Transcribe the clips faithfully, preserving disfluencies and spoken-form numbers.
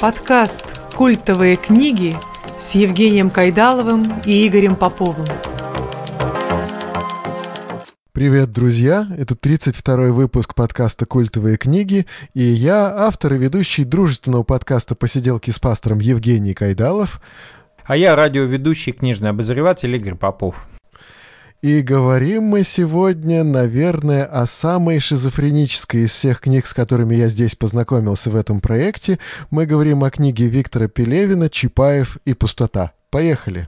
Подкаст «Культовые книги» с Евгением Кайдаловым и Игорем Поповым. Привет, друзья! Это тридцать второй выпуск подкаста «Культовые книги», и я, автор и ведущий дружественного подкаста «Посиделки с пастором» Евгений Кайдалов. А я радиоведущий, книжный обозреватель Игорь Попов. И говорим мы сегодня, наверное, о самой шизофренической из всех книг, с которыми я здесь познакомился в этом проекте. Мы говорим о книге Виктора Пелевина «Чапаев и пустота». Поехали!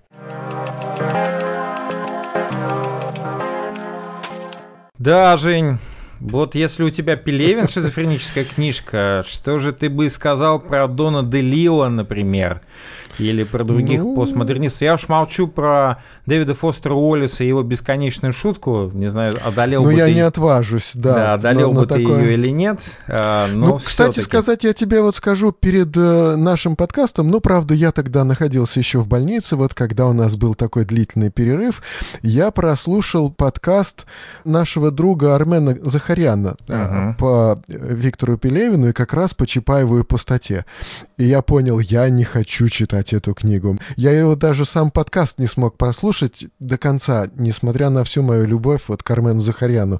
Да, Жень, вот если у тебя Пелевин шизофреническая книжка, что же ты бы сказал про Дона де Лео, например? Или про других ну... постмодернистов. Я уж молчу про Дэвида Фостера Уоллеса и его бесконечную шутку. Не знаю, одолел ну, бы я ты... не отважусь, да. Да, одолел но, бы но ты такое... ее или нет. А, но ну, кстати сказать, я тебе вот скажу перед э, нашим подкастом, ну, правда, я тогда находился еще в больнице, вот когда у нас был такой длительный перерыв, я прослушал подкаст нашего друга Армена Захаряна uh-huh. э, по Виктору Пелевину и как раз по Чапаеву и пустоте. И я понял, я не хочу читать эту книгу. Я его даже сам подкаст не смог прослушать до конца, несмотря на всю мою любовь вот к Армену Захаряну.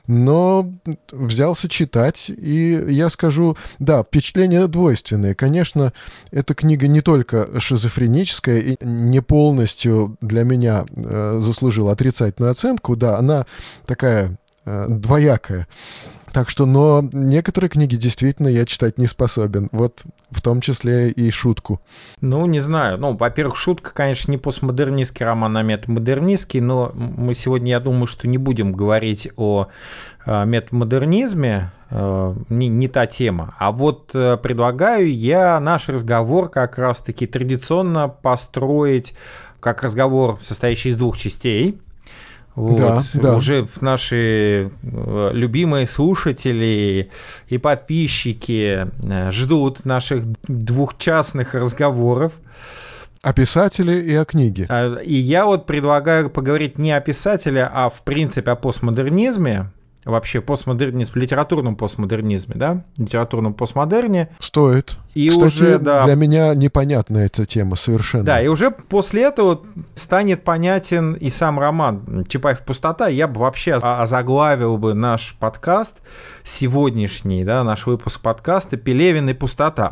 Но взялся читать, и я скажу, да, впечатления двойственные. Конечно, эта книга не только шизофреническая и не полностью для меня э, заслужила отрицательную оценку, да, она такая э, двоякая. Так что, но некоторые книги действительно я читать не способен. Вот в том числе и шутку. Ну, не знаю. Ну, во-первых, шутка, конечно, не постмодернистский роман, а метамодернистский, но мы сегодня, я думаю, что не будем говорить о э, метамодернизме, э, не, не та тема. А вот э, предлагаю я наш разговор как раз-таки традиционно построить как разговор, состоящий из двух частей. Вот. Да, да. Уже наши любимые слушатели и подписчики ждут наших двухчастных разговоров. О писателе и о книге. И я вот предлагаю поговорить не о писателе, а в принципе о постмодернизме. Вообще постмодернизм, в литературном постмодернизме, да, литературном постмодерне. Стоит. И Кстати, уже, да, для меня непонятна эта тема совершенно. Да, и уже после этого станет понятен и сам роман «Чапаев пустота». Я бы вообще озаглавил бы наш подкаст сегодняшний, да, наш выпуск подкаста «Пелевин и пустота».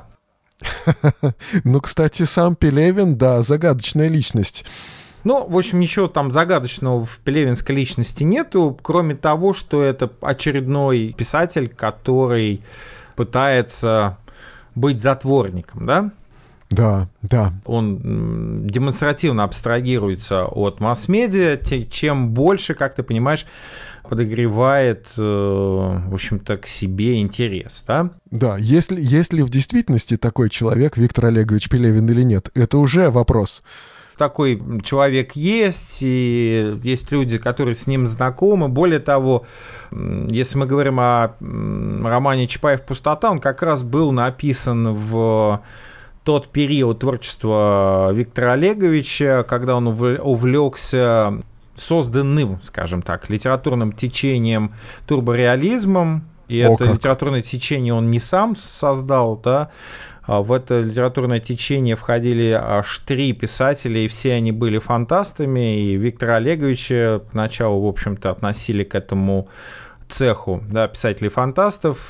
Ну, кстати, сам Пелевин, да, загадочная личность. Ну, в общем, ничего там загадочного в пелевинской личности нету, кроме того, что это очередной писатель, который пытается быть затворником, да? Да, да. Он демонстративно абстрагируется от масс-медиа, чем больше, как ты понимаешь, подогревает, в общем-то, к себе интерес, да? Да, если, есть ли в действительности такой человек Виктор Олегович Пелевин или нет, это уже вопрос. Такой человек есть, и есть люди, которые с ним знакомы. Более того, если мы говорим о романе «Чапаев пустота», он как раз был написан в тот период творчества Виктора Олеговича, когда он увлекся созданным, скажем так, литературным течением турбореализмом. И О, это как. литературное течение он не сам создал, да. В это литературное течение входили аж три писателя, и все они были фантастами, и Виктора Олеговича поначалу, в общем-то, относили к этому цеху, да, писателей-фантастов.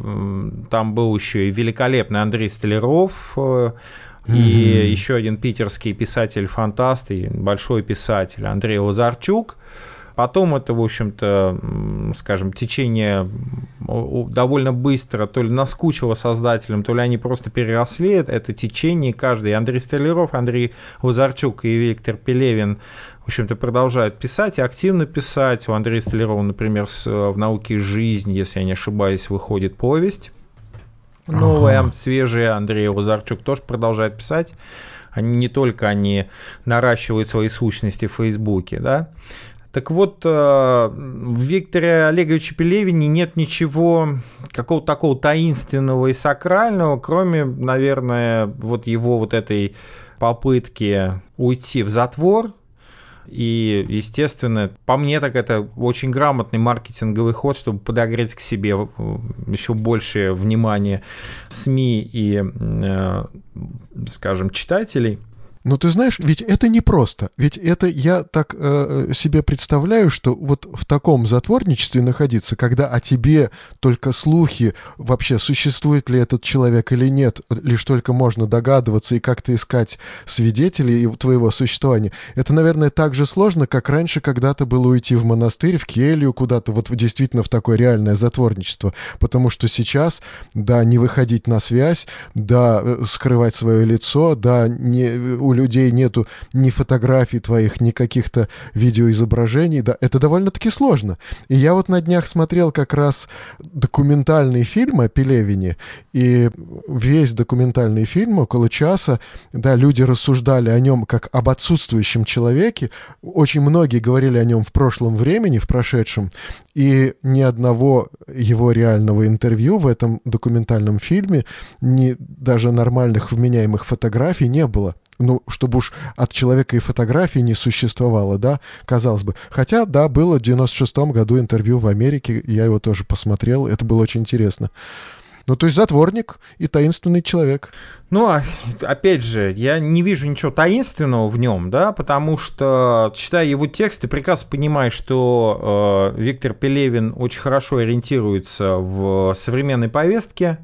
Там был еще и великолепный Андрей Столяров, и mm-hmm. еще один питерский писатель-фантаст, и большой писатель Андрей Лазарчук. Потом это, в общем-то, скажем, течение довольно быстро то ли наскучило создателям, то ли они просто переросли это течение. Каждый, Андрей Столяров, Андрей Лазарчук и Виктор Пелевин, в общем-то, продолжают писать и активно писать. У Андрея Столярова, например, в «Науке жизнь», если я не ошибаюсь, выходит повесть новая, ага. свежая. Андрей Лазарчук тоже продолжает писать. Они не только они наращивают свои сущности в Фейсбуке, да. Так вот, в Викторе Олеговиче Пелевине нет ничего какого-то такого таинственного и сакрального, кроме, наверное, вот его вот этой попытки уйти в затвор И, естественно, по мне так это очень грамотный маркетинговый ход, чтобы подогреть к себе еще большее внимание СМИ и, скажем, читателей. Ну, ты знаешь, ведь это непросто. Ведь это я так э, себе представляю, что вот в таком затворничестве находиться, когда о тебе только слухи, вообще существует ли этот человек или нет, лишь только можно догадываться и как-то искать свидетелей твоего существования, это, наверное, так же сложно, как раньше когда-то было уйти в монастырь, в келью куда-то, вот действительно в такое реальное затворничество. Потому что сейчас, да, не выходить на связь, да, скрывать свое лицо, да, не... у людей нету ни фотографий твоих, ни каких-то видеоизображений, да, это довольно-таки сложно. И я вот на днях смотрел как раз документальный фильм о Пелевине, и весь документальный фильм, около часа, да, люди рассуждали о нем как об отсутствующем человеке, очень многие говорили о нем в прошлом времени, в прошедшем, и ни одного его реального интервью в этом документальном фильме, ни даже нормальных вменяемых фотографий не было. Ну, чтобы уж от человека и фотографии не существовало, да, казалось бы. Хотя, да, было в девяносто шестом году интервью в Америке, я его тоже посмотрел, это было очень интересно. Ну, то есть затворник и таинственный человек. Ну, опять же, я не вижу ничего таинственного в нем, да, потому что, читая его тексты, прекрасно понимаю, что э, Виктор Пелевин очень хорошо ориентируется в современной повестке.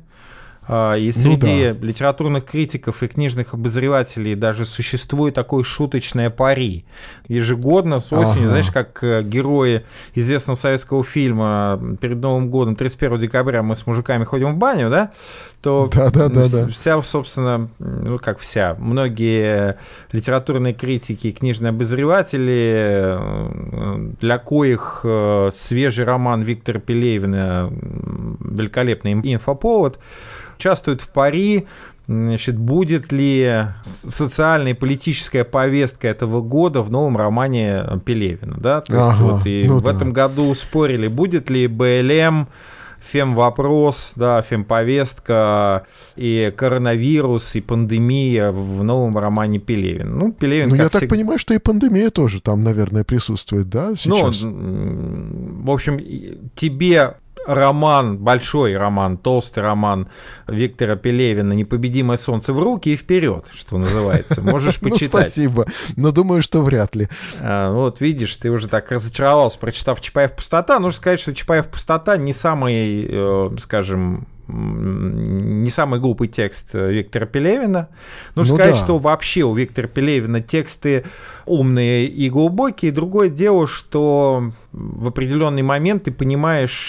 И среди ну, да. литературных критиков и книжных обозревателей даже существует такое шуточное пари. Ежегодно с осенью, ага. знаешь, как герои известного советского фильма перед Новым годом, тридцать первого декабря мы с мужиками ходим в баню, да, то да, да, да, да. вся, собственно, ну как вся, многие литературные критики и книжные обозреватели, для коих свежий роман Виктора Пелевина великолепный инфоповод, участвуют в пари, значит, будет ли социальная и политическая повестка этого года в новом романе Пелевина, да, то есть ага, вот и ну в да. этом году спорили, будет ли БЛМ, фемвопрос, да, фемповестка и коронавирус, и пандемия в новом романе Пелевина. Ну, Пелевин, ну я всегда... так понимаю, что и пандемия тоже там, наверное, присутствует, да, сейчас? Ну, в общем, тебе... роман, большой роман, толстый роман Виктора Пелевина «Непобедимое солнце в руки» и вперед, что называется. Можешь почитать. Ну, спасибо, но думаю, что вряд ли. А, вот видишь, ты уже так разочаровался, прочитав «Чапаев пустота». Нужно сказать, что «Чапаев пустота» не самый, э, скажем, не самый глупый текст Виктора Пелевина. Нужно ну сказать, да. что вообще у Виктора Пелевина тексты умные и глубокие. Другое дело, что в определенный момент ты понимаешь,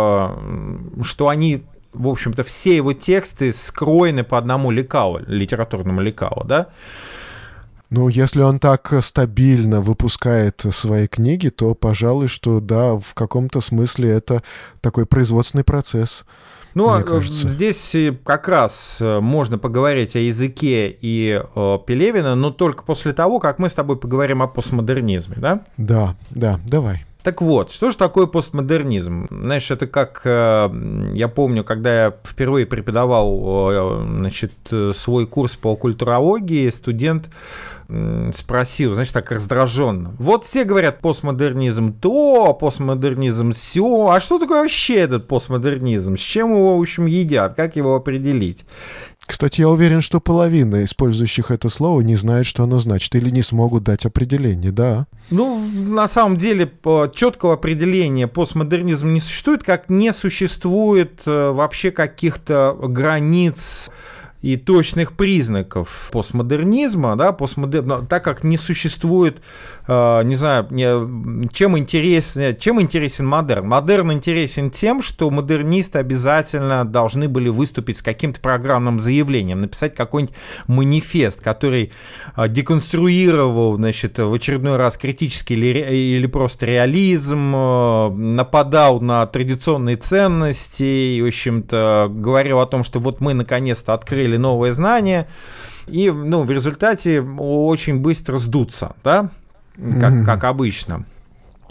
что они, в общем-то, все его тексты скроены по одному лекалу, литературному лекалу, да? Ну, если он так стабильно выпускает свои книги, то, пожалуй, что да, в каком-то смысле это такой производственный процесс. Ну, здесь как раз можно поговорить о языке и о Пелевина, но только после того, как мы с тобой поговорим о постмодернизме, да? Да, да, давай. Так вот, что же такое постмодернизм? Знаешь, это как, я помню, когда я впервые преподавал, значит, свой курс по культурологии, студент спросил, значит, так раздраженно. Вот все говорят постмодернизм то, постмодернизм сё, а что такое вообще этот постмодернизм? С чем его, в общем, едят? Как его определить? Кстати, я уверен, что половина использующих это слово не знает, что оно значит, или не смогут дать определение, да? Ну, на самом деле, четкого определения постмодернизм не существует, как не существует вообще каких-то границ и точных признаков постмодернизма, да, постмодер... так как не существует, э, не знаю, не... чем, интересен, чем интересен модерн. Модерн интересен тем, что модернисты обязательно должны были выступить с каким-то программным заявлением, написать какой-нибудь манифест, который э, деконструировал, значит, в очередной раз критический или, или просто реализм, э, нападал на традиционные ценности и, в общем-то, говорил о том, что вот мы наконец-то открыли новые знания, и ну, в результате очень быстро сдутся, да, как, mm-hmm. как обычно.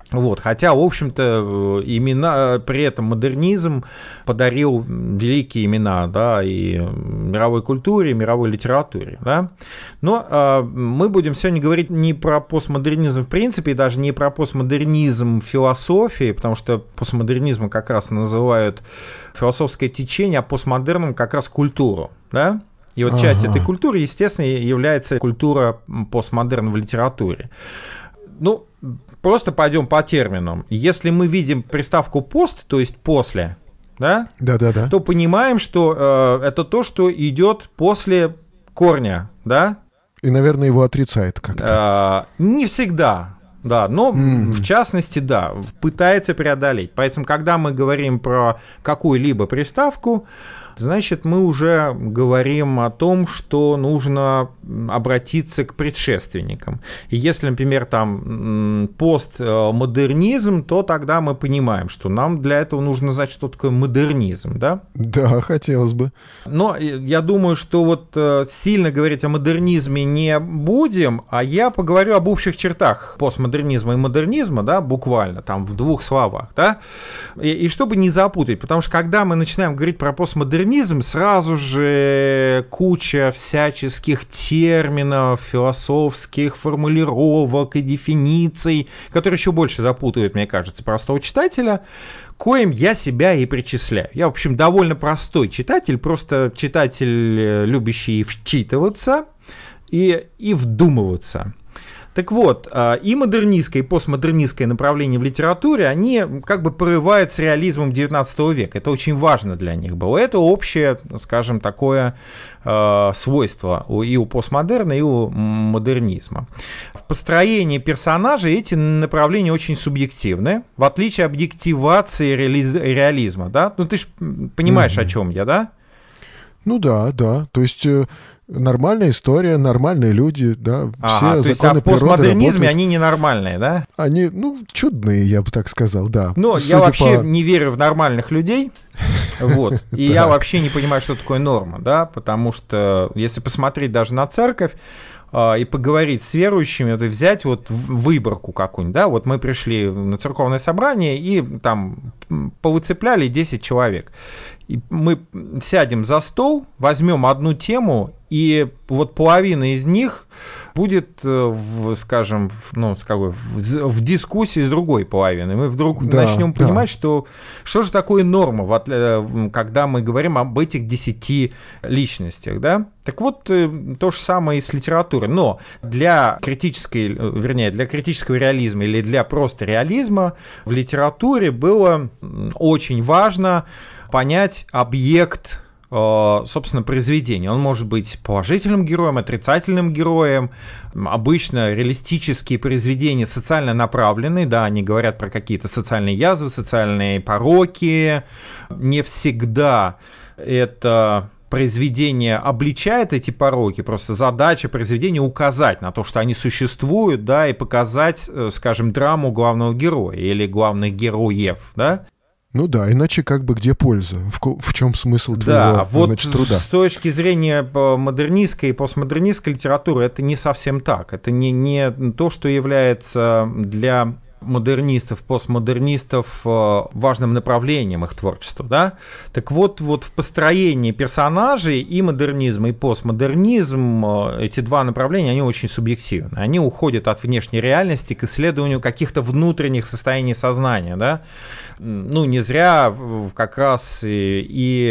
Вот, хотя, в общем-то, имена, при этом модернизм подарил великие имена, да, и мировой культуре, и мировой литературе, да. Но э, мы будем сегодня говорить не про постмодернизм в принципе, и даже не про постмодернизм в философии, потому что постмодернизмом как раз называют философское течение, а постмодерном как раз культуру, да. И вот часть ага. этой культуры, естественно, является культура постмодерна в литературе. Ну, просто пойдем по терминам. Если мы видим приставку «пост», то есть «после», да, Да-да-да. то понимаем, что э, это то, что идет после корня, да? И, наверное, его отрицает как-то. Э, не всегда, да, но mm-hmm. в частности, да, пытается преодолеть. Поэтому, когда мы говорим про какую-либо приставку, значит, мы уже говорим о том, что нужно обратиться к предшественникам. И если, например, там постмодернизм, то тогда мы понимаем, что нам для этого нужно знать, что такое модернизм, да? Да, хотелось бы. Но я думаю, что вот сильно говорить о модернизме не будем, а я поговорю об общих чертах постмодернизма и модернизма, да, буквально, там, в двух словах, да? И, и чтобы не запутать, потому что когда мы начинаем говорить про постмодернизм, сразу же куча всяческих терминов, философских формулировок и дефиниций, которые еще больше запутывают, мне кажется, простого читателя, коим я себя и причисляю. Я, в общем, довольно простой читатель, просто читатель, любящий вчитываться и, и вдумываться. Так вот, и модернистское, и постмодернистское направление в литературе, они как бы порывают с реализмом девятнадцатого века. Это очень важно для них было. Это общее, скажем, такое э, свойство и у постмодерна, и у модернизма. В построении персонажей эти направления очень субъективны, в отличие от объективации реали- реализма. Да? Ну, ты же понимаешь, mm-hmm. о чем я, да? Ну да, да. То есть... Нормальная история, нормальные люди, да, все ага, законы то есть, а в постмодернизме работают. Они ненормальные, да? Они, ну, чудные, я бы так сказал, да. Но я вообще по... не верю в нормальных людей, вот, и я вообще не понимаю, что такое норма, да, потому что если посмотреть даже на церковь, и поговорить с верующими, то взять вот выборку какую-нибудь, да, вот мы пришли на церковное собрание и там повыцепляли десять человек. И мы сядем за стол, возьмем одну тему, и вот половина из них будет, в, скажем, в, ну, в, в дискуссии с другой половиной. Мы вдруг да, начнем да. понимать, что, что же такое норма, когда мы говорим об этих десяти личностях. Да? Так вот, то же самое и с литературой. Но для критической, вернее, для критического реализма или для просто реализма в литературе было очень важно понять объект, собственно, произведения. Он может быть положительным героем, отрицательным героем. Обычно реалистические произведения социально направленные, да, они говорят про какие-то социальные язвы, социальные пороки. Не всегда это произведение обличает эти пороки, просто задача произведения указать на то, что они существуют, да, и показать, скажем, драму главного героя или главных героев, да. Ну да, иначе как бы где польза? В, в чем смысл твоего, да, вот значит, труда? С точки зрения модернистской и постмодернистской литературы это не совсем так. Это не, не то, что является для модернистов, постмодернистов важным направлением их творчества. Да? Так вот, вот в построении персонажей и модернизм, и постмодернизм, эти два направления, они очень субъективны. Они уходят от внешней реальности к исследованию каких-то внутренних состояний сознания. Да? Ну, не зря как раз и,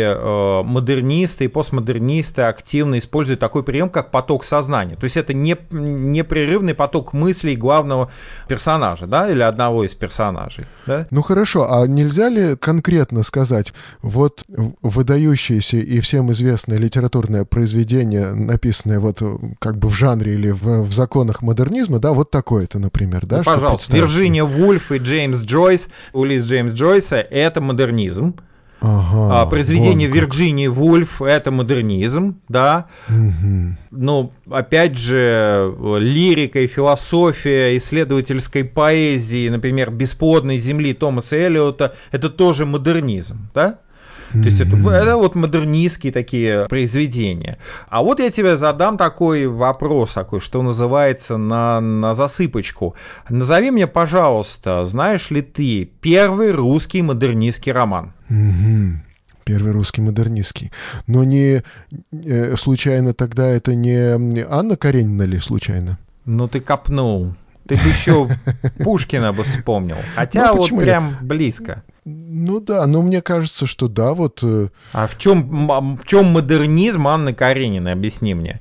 и модернисты, и постмодернисты активно используют такой прием, как поток сознания. То есть это не, непрерывный поток мыслей главного персонажа, да, или одного из персонажей. Да? Ну хорошо, а нельзя ли конкретно сказать, вот выдающееся и всем известное литературное произведение, написанное вот как бы в жанре или в, в законах модернизма, да, вот такое-то, например, да? Ну, пожалуйста, Вирджиния Вульф и Джеймс Джойс, Улисс Джеймс Джойса — это модернизм. Ага, а, произведение Вирджинии Вульф — это модернизм, да. Угу. Но, опять же, лирика и философия исследовательской поэзии, например, «Бесплодной земли» Томаса Эллиота — это тоже модернизм, да. То есть это, это вот модернистские такие произведения. А вот я тебе задам такой вопрос, такой, что называется, на, на засыпочку. Назови мне, пожалуйста, знаешь ли ты первый русский модернистский роман? Угу. Первый русский модернистский. Но не э, случайно тогда это не Анна Каренина ли случайно? Ну ты копнул. Ты бы еще Пушкина бы вспомнил. Хотя ну, вот прям я... близко. Ну да, но мне кажется, что да, вот... А в чем, в чем модернизм Анны Карениной? Объясни мне.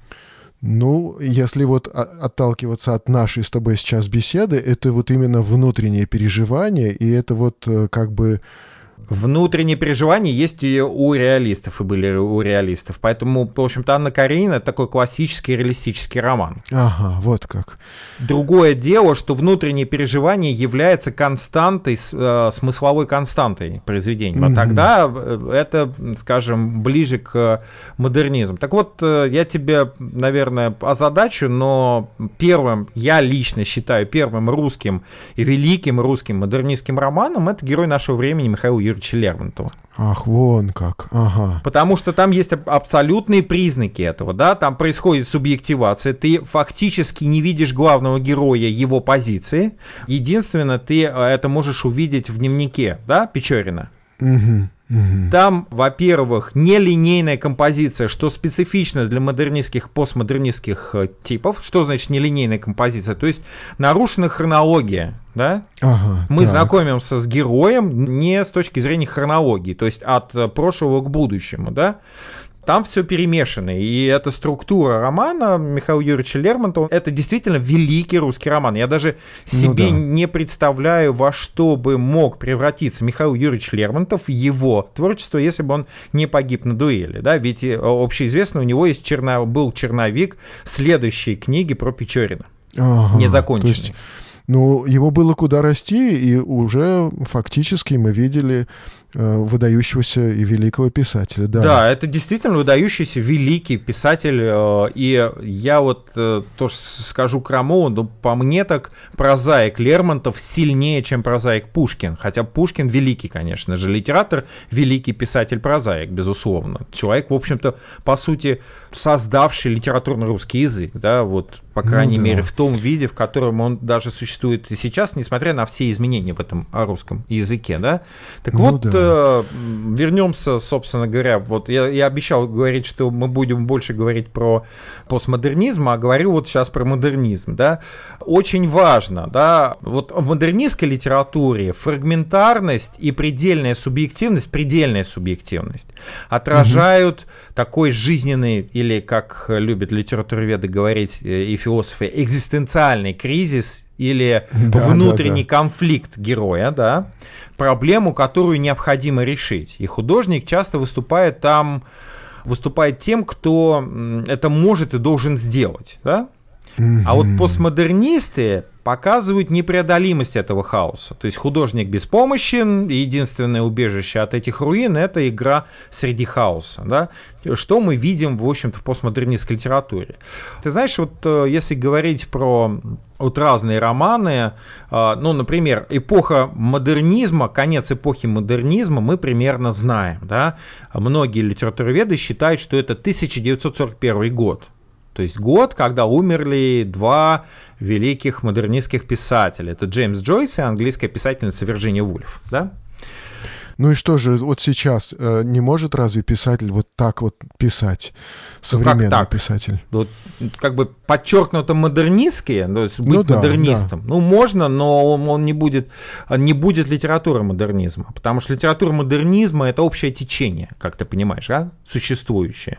Ну, если вот отталкиваться от нашей с тобой сейчас беседы, это вот именно внутреннее переживание, и это вот как бы... Внутренние переживания есть и у реалистов, и были у реалистов. Поэтому, в общем-то, Анна Каренина — это такой классический реалистический роман. Ага, вот как. Другое дело, что внутреннее переживание является константой, э, смысловой константой произведения. Mm-hmm. А тогда это, скажем, ближе к модернизму. Так вот, я тебе, наверное, озадачу, но первым, я лично считаю, первым русским и великим русским модернистским романом — это герой нашего времени Михаил Юрьевич Лермонтова. Ах, вон как, ага. Потому что там есть абсолютные признаки этого, да, там происходит субъективация, ты фактически не видишь главного героя, его позиции, единственное, ты это можешь увидеть в дневнике, да, Печорина. Угу. Угу. Там, во-первых, нелинейная композиция, что специфично для модернистских, постмодернистских типов. Что значит нелинейная композиция? То есть нарушена хронология. Да? Ага, Мы так. знакомимся с героем не с точки зрения хронологии, то есть от прошлого к будущему. Да? Там все перемешано, и эта структура романа Михаила Юрьевича Лермонтова — это действительно великий русский роман. Я даже себе ну, да. не представляю, во что бы мог превратиться Михаил Юрьевич Лермонтов в его творчество, если бы он не погиб на дуэли. Да? Ведь общеизвестно, у него есть черно... был черновик следующей книги про Печорина, ага, незаконченный. То есть... Ну, его было куда расти, и уже фактически мы видели э, выдающегося и великого писателя. Да. да, это действительно выдающийся великий писатель, э, и я вот э, тоже скажу крамолу, но по мне так прозаик Лермонтов сильнее, чем прозаик Пушкин, хотя Пушкин великий, конечно же, литератор, великий писатель-прозаик, безусловно. Человек, в общем-то, по сути, создавший литературный русский язык, да, вот, по крайней ну, да. мере, в том виде, в котором он даже существует и сейчас, несмотря на все изменения в этом русском языке, да. Так ну, вот, да. э, вернемся, собственно говоря, вот я, я обещал говорить, что мы будем больше говорить про постмодернизм, а говорю вот сейчас про модернизм, да. Очень важно, да, вот в модернистской литературе фрагментарность и предельная субъективность, предельная субъективность отражают угу. такой жизненный, или, как любят литературоведы говорить и философы, экзистенциальный кризис или да, внутренний да, да. конфликт героя, да, проблему, которую необходимо решить. И художник часто выступает там, выступает тем, кто это может и должен сделать, да. Mm-hmm. А вот постмодернисты показывают непреодолимость этого хаоса. То есть художник беспомощен, и единственное убежище от этих руин — это игра среди хаоса. Да? Что мы видим, в общем-то, в постмодернистской литературе. Ты знаешь, вот если говорить про вот разные романы, ну, например, эпоха модернизма, конец эпохи модернизма мы примерно знаем. Да? Многие литературоведы считают, что это тысяча девятьсот сорок первый год. То есть год, когда умерли два великих модернистских писателя. Это Джеймс Джойс и английская писательница Вирджиния Вульф. Да? Ну и что же, вот сейчас э, не может разве писатель вот так вот писать? Современный ну, как так? писатель. Вот, как бы подчеркнуто модернистские, то есть быть ну, да, модернистом. Да. Ну, можно, но он, он не будет, не будет литературы модернизма. Потому что литература модернизма — это общее течение, как ты понимаешь, да? Существующее.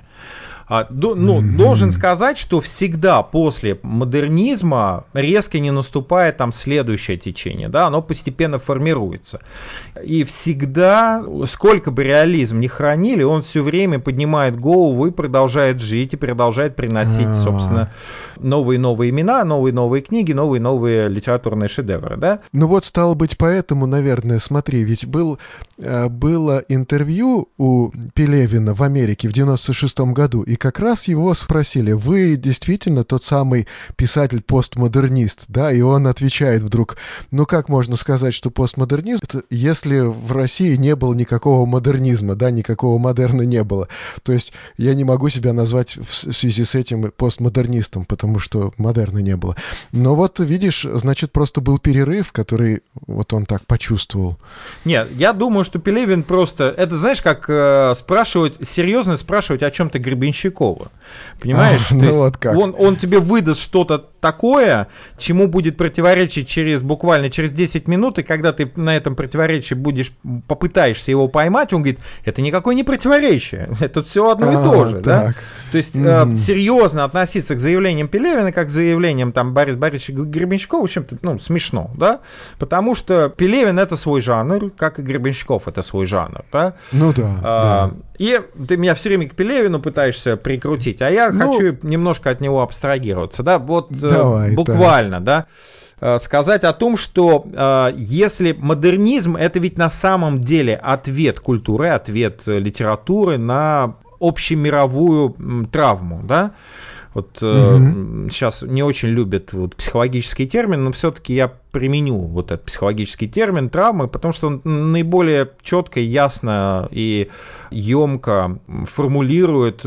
Ну, mm-hmm. должен сказать, что всегда после модернизма резко не наступает там следующее течение, да, оно постепенно формируется. И всегда, сколько бы реализм ни хранили, он все время поднимает голову и продолжает жить, и продолжает приносить, mm-hmm. собственно, новые-новые имена, новые-новые книги, новые-новые литературные шедевры, да. Ну вот, стало быть, поэтому, наверное, смотри, ведь был, было интервью у Пелевина в Америке в девяносто шестом году, и как раз его спросили: вы действительно тот самый писатель-постмодернист, да? И он отвечает вдруг: ну как можно сказать, что постмодернист, если в России не было никакого модернизма, да, никакого модерна не было? То есть я не могу себя назвать в связи с этим постмодернистом, потому что модерна не было. Но вот, видишь, значит, просто был перерыв, который вот он так почувствовал. Нет, я думаю, что Пелевин просто... Это, знаешь, как э, спрашивать, серьезно спрашивать о чем-то Гребенщикова. Понимаешь? А, ну То есть вот как. Он, он тебе выдаст что-то такое, чему будет противоречить через буквально через десять минут, и когда ты на этом противоречии будешь, попытаешься его поймать, он говорит: это никакое не противоречие, это все одно а, и то же. Да? То есть mm-hmm. э, серьезно относиться к заявлениям Пелевина как к заявлениям там, Бориса Борисовича Гребенщикова, в общем-то, ну, смешно, да? Потому что Пелевин — это свой жанр, как и Гребенщиков — это свой жанр. Да? Ну да, а, да. И ты меня все время к Пелевину пытаешься прикрутить, а я ну, хочу немножко от него абстрагироваться. Да? Вот давай, буквально, да. да, сказать о том, что э, если модернизм — это ведь на самом деле ответ культуры, ответ литературы на общемировую м, травму, да. Вот mm-hmm. э, сейчас не очень любят вот, психологический термин, но все-таки я применю вот этот психологический термин травмы, потому что он наиболее четко, ясно и емко формулирует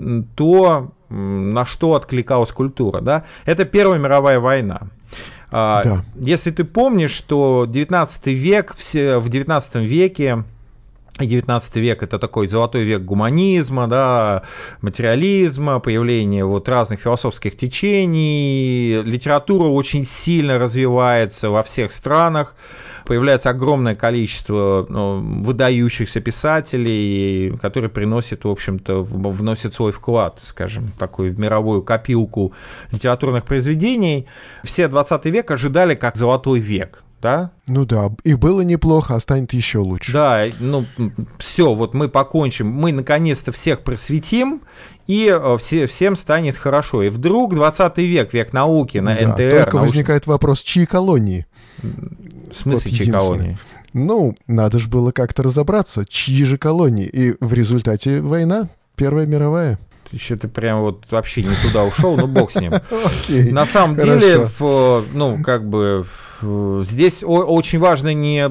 то, на что откликалась культура. Да? Это Первая мировая война. Да. Если ты помнишь, что девятнадцатый век, в девятнадцатом веке, девятнадцатый век — это такой золотой век гуманизма, да, материализма, появления вот разных философских течений, литература очень сильно развивается во всех странах, появляется огромное количество ну, выдающихся писателей, которые приносят, в общем-то, вносят свой вклад, скажем, такой в мировую копилку литературных произведений. Все двадцатый век ожидали как золотой век. Да? Ну да, и было неплохо, а станет еще лучше. Да, ну все, вот мы покончим, мы наконец-то всех просветим, и все, всем станет хорошо. И вдруг двадцатый век, век науки, на да, эн тэ эр. Только науч... возникает вопрос, чьи колонии? В смысле, вот чьи колонии? Ну, надо же было как-то разобраться, чьи же колонии. И в результате война, Первая мировая. Еще ты прям вот вообще не туда ушел, ну бог с ним. Okay, На самом хорошо. деле, в, ну, как бы, в, здесь о, очень важна не,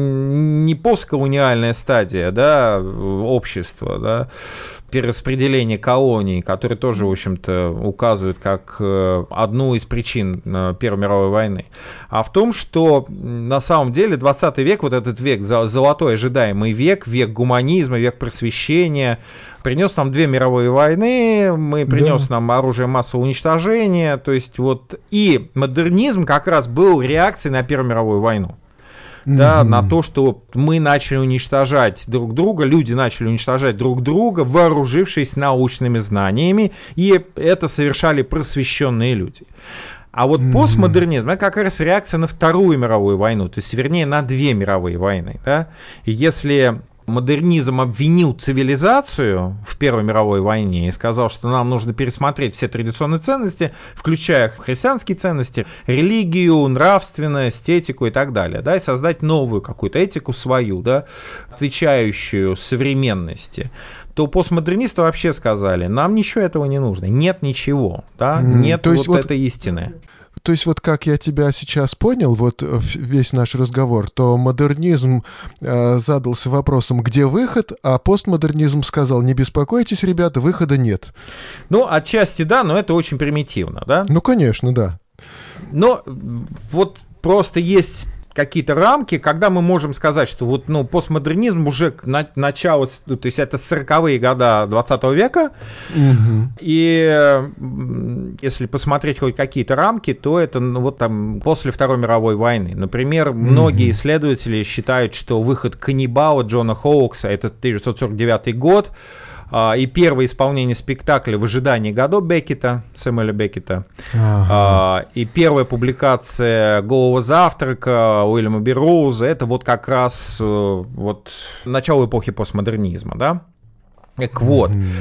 не постколониальная стадия, да, общества, да, перераспределение колоний, которые тоже, в общем-то, указывают как одну из причин Первой мировой войны, а в том, что на самом деле двадцатый век, вот этот век, золотой ожидаемый век, век гуманизма, век просвещения, принес нам две мировые войны, мы принес да. нам оружие массового уничтожения, то есть вот и модернизм как раз был реакцией на Первую мировую войну. Mm-hmm. Да, на то, что мы начали уничтожать друг друга, люди начали уничтожать друг друга, вооружившись научными знаниями, и это совершали просвещенные люди. А вот mm-hmm. постмодернизм — это как раз реакция на Вторую мировую войну, то есть, вернее, на две мировые войны. Да? И если модернизм обвинил цивилизацию в Первой мировой войне и сказал, что нам нужно пересмотреть все традиционные ценности, включая христианские ценности, религию, нравственность, этику и так далее, да, и создать новую какую-то этику свою, да, отвечающую современности, то постмодернисты вообще сказали: нам ничего этого не нужно, нет ничего, да, mm, нет вот, вот этой истины. То есть вот как я тебя сейчас понял, вот весь наш разговор, то модернизм э, задался вопросом, где выход, а постмодернизм сказал: не беспокойтесь, ребята, выхода нет. Ну, отчасти да, но это очень примитивно, да? Ну, конечно, да. Но вот просто есть какие-то рамки, когда мы можем сказать, что вот, ну, постмодернизм уже на, начало, то есть это сороковые годы двадцатого века, угу. И если посмотреть хоть какие-то рамки, то это ну, вот там после Второй мировой войны. Например, угу. многие исследователи считают, что выход «Каннибала» Джона Хоукса, это тысяча девятьсот сорок девятый год, и первое исполнение спектакля «В ожидании Годо» Беккета, Сэмюэля Беккета, ага. и первая публикация «Голого завтрака» Уильяма Берроуза, это вот как раз вот начало эпохи постмодернизма, да? Так вот,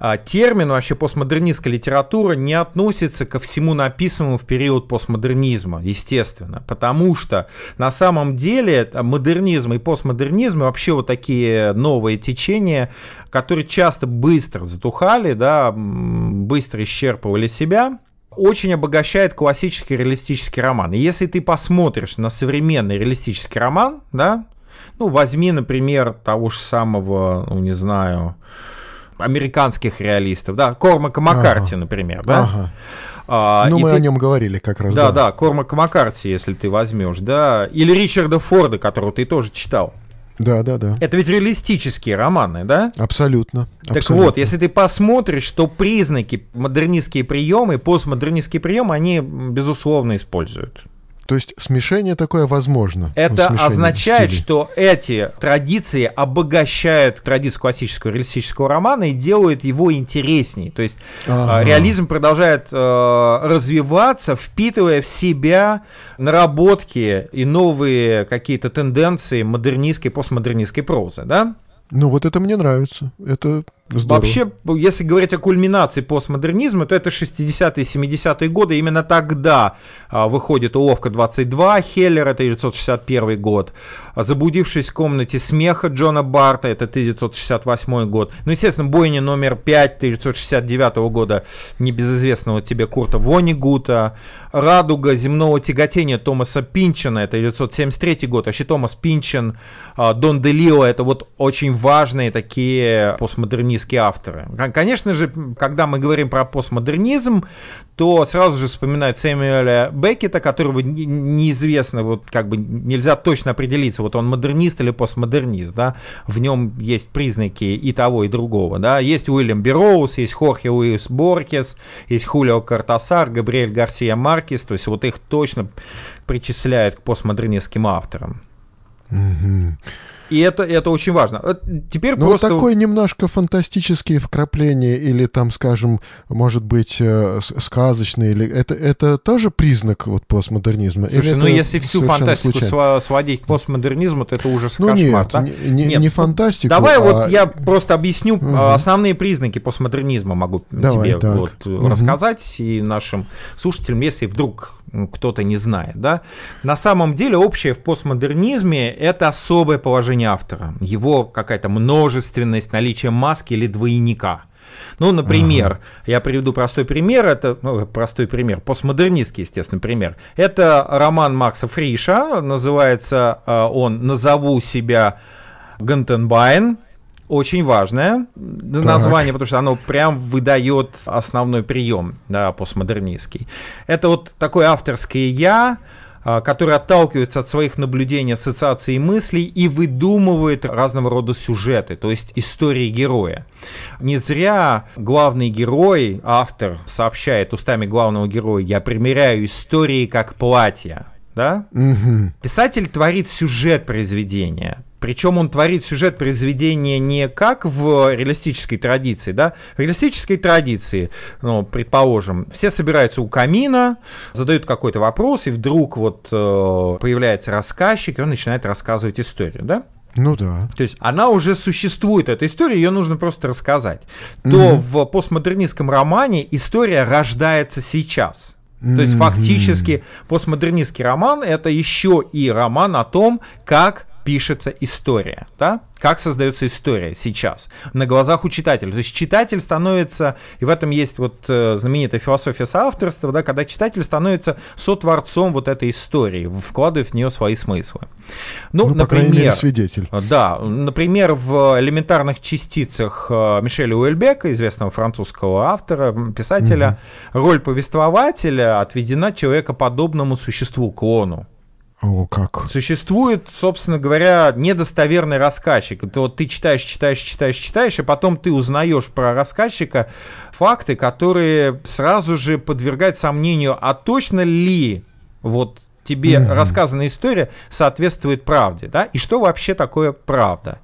термин вообще постмодернистская литература не относится ко всему написанному в период постмодернизма, естественно, потому что на самом деле модернизм и постмодернизм и вообще вот такие новые течения, которые часто быстро затухали, да, быстро исчерпывали себя, очень обогащает классический реалистический роман. И если ты посмотришь на современный реалистический роман, да, ну, возьми, например, того же самого, ну, не знаю, американских реалистов, да, Кормака Маккарти, ага. например, да. Ага. А, ну, мы ты... о нем говорили как раз. Да, да, да, Кормака Маккарти, если ты возьмешь, да, или Ричарда Форда, которого ты тоже читал. Да, да, да. Это ведь реалистические романы, да? Абсолютно. Так абсолютно. вот, если ты посмотришь, то признаки, модернистские приемы, постмодернистские приемы, они, безусловно, используют. То есть смешение такое возможно. Это ну, означает, стилей. что эти традиции обогащают традицию классического реалистического романа и делают его интересней. То есть ага. реализм продолжает э, развиваться, впитывая в себя наработки и новые какие-то тенденции модернистской, постмодернистской прозы, да? Ну вот это мне нравится. Это здорово. Вообще, если говорить о кульминации постмодернизма, то это шестидесятые, семидесятые годы. Именно тогда а, выходит «Уловка двадцать два» Хеллера, тысяча девятьсот шестьдесят первый год. «Забудившись в комнате смеха» Джона Барта, это тысяча девятьсот шестьдесят восьмой год. Ну, естественно, «Бойня номер пять» тысяча девятьсот шестьдесят девятого года небезызвестного тебе Курта Воннегута. «Радуга земного тяготения» Томаса Пинчена, это тысяча девятьсот семьдесят третий год. Вообще Томас Пинчен, а, Дон Делио, это вот очень важные такие постмодернистские авторы. Конечно же, когда мы говорим про постмодернизм, то сразу же вспоминают Сэмюэля Беккета, которого неизвестно, вот как бы нельзя точно определиться, вот он модернист или постмодернист, да, в нем есть признаки и того, и другого, да, есть Уильям Берроуз, есть Хорхе Луис Борхес, есть Хулио Кортасар, Габриэль Гарсия Маркес, то есть вот их точно причисляют к постмодернистским авторам. Mm-hmm. И это, это очень важно. Теперь ну, просто... такое немножко фантастические вкрапления или там, скажем, может быть, сказочные, или это, это тоже признак вот постмодернизма? Слушай, или ну если всю фантастику случайно? сводить к постмодернизму, то это ужас, ну, кошмар. Нет, да? не, не, нет, не фантастику, давай а... вот я просто объясню угу. основные признаки постмодернизма, могу давай, тебе так. вот угу. рассказать и нашим слушателям, если вдруг кто-то не знает. Да? На самом деле общее в постмодернизме – это особое положение автора, его какая-то множественность, наличие маски или двойника. Ну, например, ага. я приведу простой пример, это ну, простой пример, постмодернистский, естественно, пример. Это роман Макса Фриша, называется он «Назову себя Гантенбайн». Очень важное так. название, потому что оно прям выдает основной прием, да, постмодернистский. Это вот такое авторское «я», который отталкивается от своих наблюдений, ассоциаций и мыслей и выдумывает разного рода сюжеты, то есть истории героя. Не зря главный герой, автор, сообщает устами главного героя: «Я примеряю истории как платья». Да? Угу. Писатель творит сюжет произведения. Причем он творит сюжет произведения не как в реалистической традиции, да? В реалистической традиции, ну, предположим, все собираются у камина, задают какой-то вопрос, и вдруг вот э, появляется рассказчик, и он начинает рассказывать историю, да? Ну да. То есть она уже существует, эта история, ее нужно просто рассказать. То mm-hmm. в постмодернистском романе история рождается сейчас. То есть фактически постмодернистский роман — это еще и роман о том, как пишется история, да? Как создается история сейчас на глазах у читателя. То есть читатель становится, и в этом есть вот знаменитая философия соавторства, да, когда читатель становится сотворцом вот этой истории, вкладывая в нее свои смыслы. Ну, ну например, по крайней мере, свидетель. Да, например, в «Элементарных частицах» Мишеля Уэльбека, известного французского автора, писателя, угу. роль повествователя отведена человекоподобному существу, клону. О, как. Существует, собственно говоря, недостоверный рассказчик. Это вот ты читаешь, читаешь, читаешь, читаешь, и потом ты узнаешь про рассказчика факты, которые сразу же подвергают сомнению, а точно ли вот тебе mm-hmm. рассказанная история соответствует правде, да? И что вообще такое правда?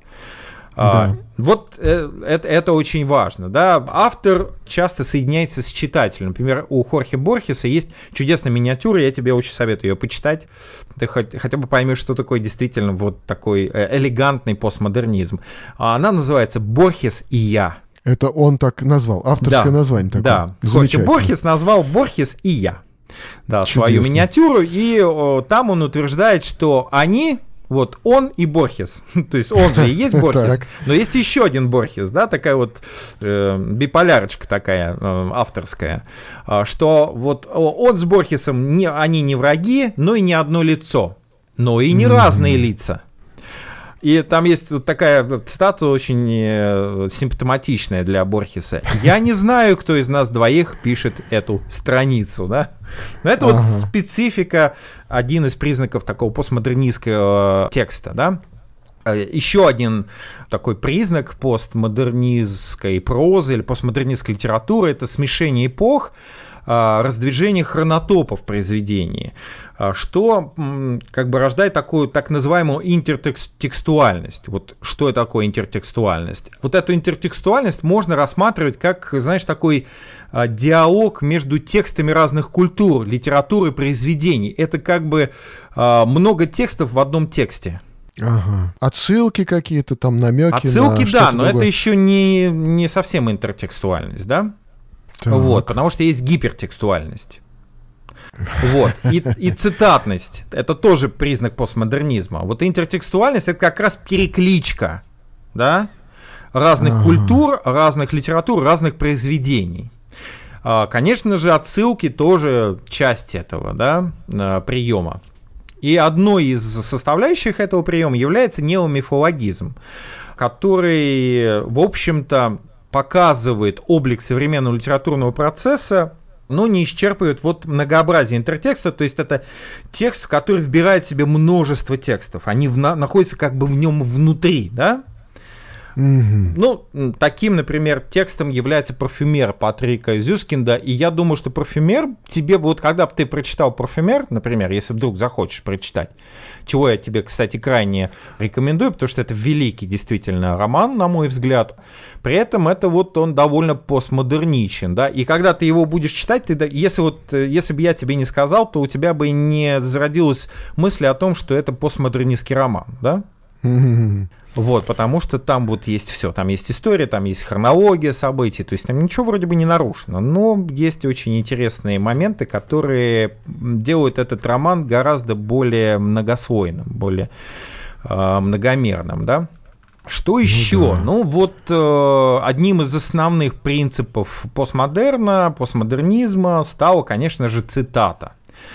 Да. А, вот э, это, это очень важно. Да? Автор часто соединяется с читателем. Например, у Хорхе Борхеса есть чудесная миниатюра, я тебе очень советую ее почитать. Ты хоть, хотя бы поймешь, что такое действительно вот такой элегантный постмодернизм. Она называется «Борхес и я». Это он так назвал, авторское да, название такое. Да, Хорхе Борхес назвал «Борхес и я». Да, свою миниатюру, и о, там он утверждает, что они... Вот он и Борхес, то есть он же и есть Борхес, но есть еще один Борхес, да, такая вот э, биполярочка такая э, авторская, э, что вот он с Борхесом, не, они не враги, но и не одно лицо, но и не mm-hmm. разные лица. И там есть вот такая цитата очень э, симптоматичная для Борхеса. «Я не знаю, кто из нас двоих пишет эту страницу». Да? Но это ага. вот специфика, один из признаков такого постмодернистского текста. Да? Еще один такой признак постмодернистской прозы или постмодернистской литературы – это смешение эпох, раздвижение хронотопа в произведении, что как бы рождает такую так называемую интертекстуальность. Вот что это такое интертекстуальность? Вот эту интертекстуальность можно рассматривать как, знаешь, такой диалог между текстами разных культур, литературы, произведений. Это как бы много текстов в одном тексте. Ага. Отсылки какие-то там, намеки. Отсылки, на да, но другое. это еще не, не совсем интертекстуальность, да? Так. Вот, потому что есть гипертекстуальность. Вот. И, и цитатность – это тоже признак постмодернизма. Вот интертекстуальность – это как раз перекличка, да, разных ага. культур, разных литератур, разных произведений. Конечно же, отсылки тоже часть этого, да, приема. И одной из составляющих этого приема является неомифологизм, который, в общем-то, показывает облик современного литературного процесса, но не исчерпывает вот многообразие интертекста, то есть это текст, который вбирает в себе множество текстов, они в, находятся как бы в нем внутри, да? Mm-hmm. Ну, таким, например, текстом является «Парфюмер» Патрика Зюскинда, и я думаю, что «Парфюмер» тебе, вот когда бы ты прочитал «Парфюмер», например, если вдруг захочешь прочитать, чего я тебе, кстати, крайне рекомендую, потому что это великий действительно роман, на мой взгляд, при этом это вот он довольно постмодерничен, да, и когда ты его будешь читать, ты, если, вот, если бы я тебе не сказал, то у тебя бы не зародилась мысль о том, что это постмодернистский роман, да? Mm-hmm. Вот, потому что там вот есть все, там есть история, там есть хронология событий, то есть там ничего вроде бы не нарушено, но есть очень интересные моменты, которые делают этот роман гораздо более многослойным, более э, многомерным, да. Что еще? Ну, да. ну вот э, одним из основных принципов постмодерна, постмодернизма стала, конечно же, цитата.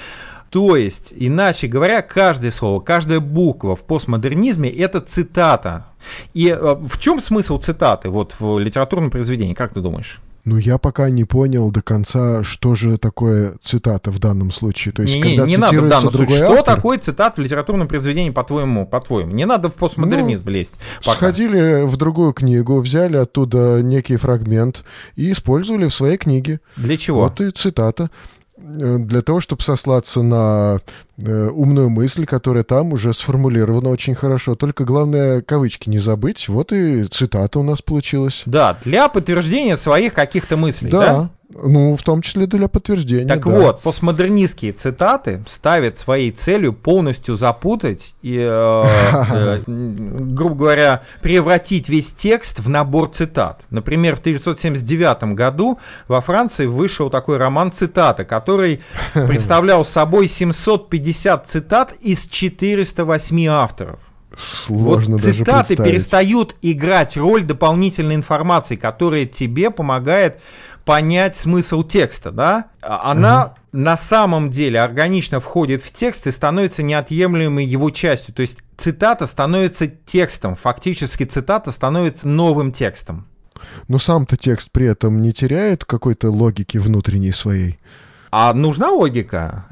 То есть, иначе говоря, каждое слово, каждая буква в постмодернизме – это цитата. И э, в чем смысл цитаты вот в литературном произведении, как ты думаешь? Ну, я пока не понял до конца, что же такое цитата в данном случае. То есть, не, когда не, не надо в данном случае. Автор... Что такое цитата в литературном произведении, по-твоему? по-твоему? Не надо в постмодернизм ну, лезть. Пока. Сходили в другую книгу, взяли оттуда некий фрагмент и использовали в своей книге. Для чего? Вот и цитата. Для того, чтобы сослаться на э, умную мысль, которая там уже сформулирована очень хорошо. Только главное кавычки не забыть. Вот и цитата у нас получилась. Да, для подтверждения своих каких-то мыслей. Да, да? Ну, в том числе для подтверждения. Так да. вот, постмодернистские цитаты ставят своей целью полностью запутать и, э, э, грубо говоря, превратить весь текст в набор цитат. Например, в тысяча девятьсот семьдесят девятом году во Франции вышел такой роман «Цитата», который представлял собой семьсот пятьдесят цитат из четырёхсот восьми авторов. Сложно вот даже цитаты представить. перестают играть роль дополнительной информации, которая тебе помогает понять смысл текста, да? Она угу. на самом деле органично входит в текст и становится неотъемлемой его частью. То есть цитата становится текстом, фактически цитата становится новым текстом. Но сам-то текст при этом не теряет какой-то логики внутренней своей. А нужна логика?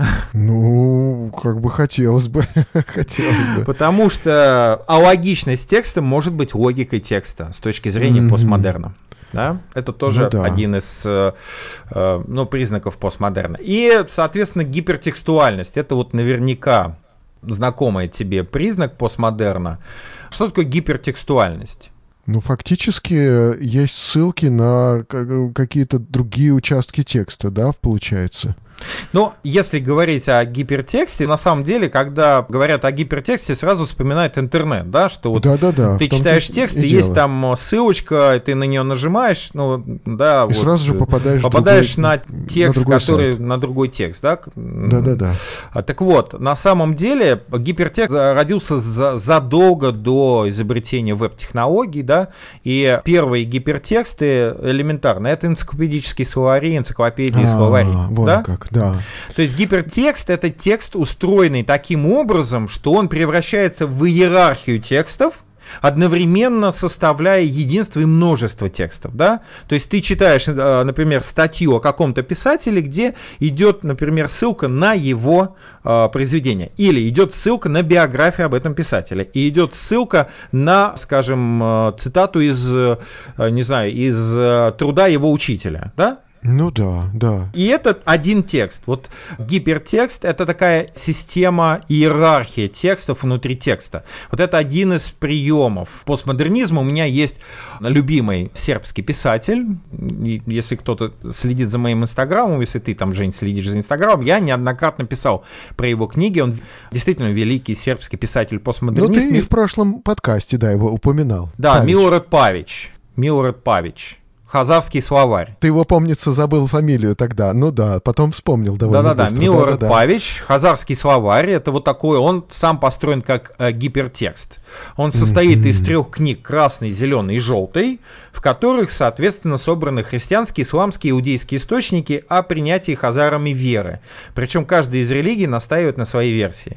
Ну, как бы хотелось бы. хотелось бы. Потому что алогичность текста может быть логикой текста с точки зрения mm-hmm. постмодерна. Да? Это тоже ну, да. один из э, ну, признаков постмодерна. И, соответственно, гипертекстуальность. Это вот наверняка знакомый тебе признак постмодерна. Что такое гипертекстуальность? Ну, фактически есть ссылки на какие-то другие участки текста, да, получается? Но если говорить о гипертексте, на самом деле, когда говорят о гипертексте, сразу вспоминают интернет, да, что вот да, да, да, ты читаешь текст, и есть там ссылочка, ты на нее нажимаешь, ну, да, и вот, сразу же попадаешь, попадаешь другой, на текст, на который сайт. на другой текст, да? Да, да, да. Так вот, на самом деле гипертекст родился за, задолго до изобретения веб-технологий, да, и первые гипертексты элементарно, это энциклопедические словари, энциклопедии, словари, вот да? Как, да. То есть гипертекст — это текст, устроенный таким образом, что он превращается в иерархию текстов, одновременно составляя единство и множество текстов, да? То есть ты читаешь, например, статью о каком-то писателе, где идет, например, ссылка на его э, произведение, или идет ссылка на биографию об этом писателе, и идет ссылка на, скажем, э, цитату из, э, не знаю, из э, труда его учителя, да? Ну да, да. И это один текст. Вот гипертекст — это такая система, иерархия текстов внутри текста. Вот это один из приемов постмодернизма. У меня есть любимый сербский писатель. Если кто-то следит за моим инстаграмом, если ты там, Жень, следишь за инстаграмом, я неоднократно писал про его книги. Он действительно великий сербский писатель-постмодернист. Ну ты и в прошлом подкасте, да, его упоминал. Да, Павич. Милорад Павич. Милорад Павич. Хазарский словарь. Ты его, помнится, забыл фамилию тогда. Ну да, потом вспомнил довольно Да-да-да, быстро. Милорад Да-да-да. Павич, Хазарский словарь, это вот такой, он сам построен как э, гипертекст. Он состоит mm-hmm. из трех книг, красный, зеленый и желтый, в которых, соответственно, собраны христианские, исламские, иудейские источники о принятии хазарами веры. Причем каждая из религий настаивает на своей версии.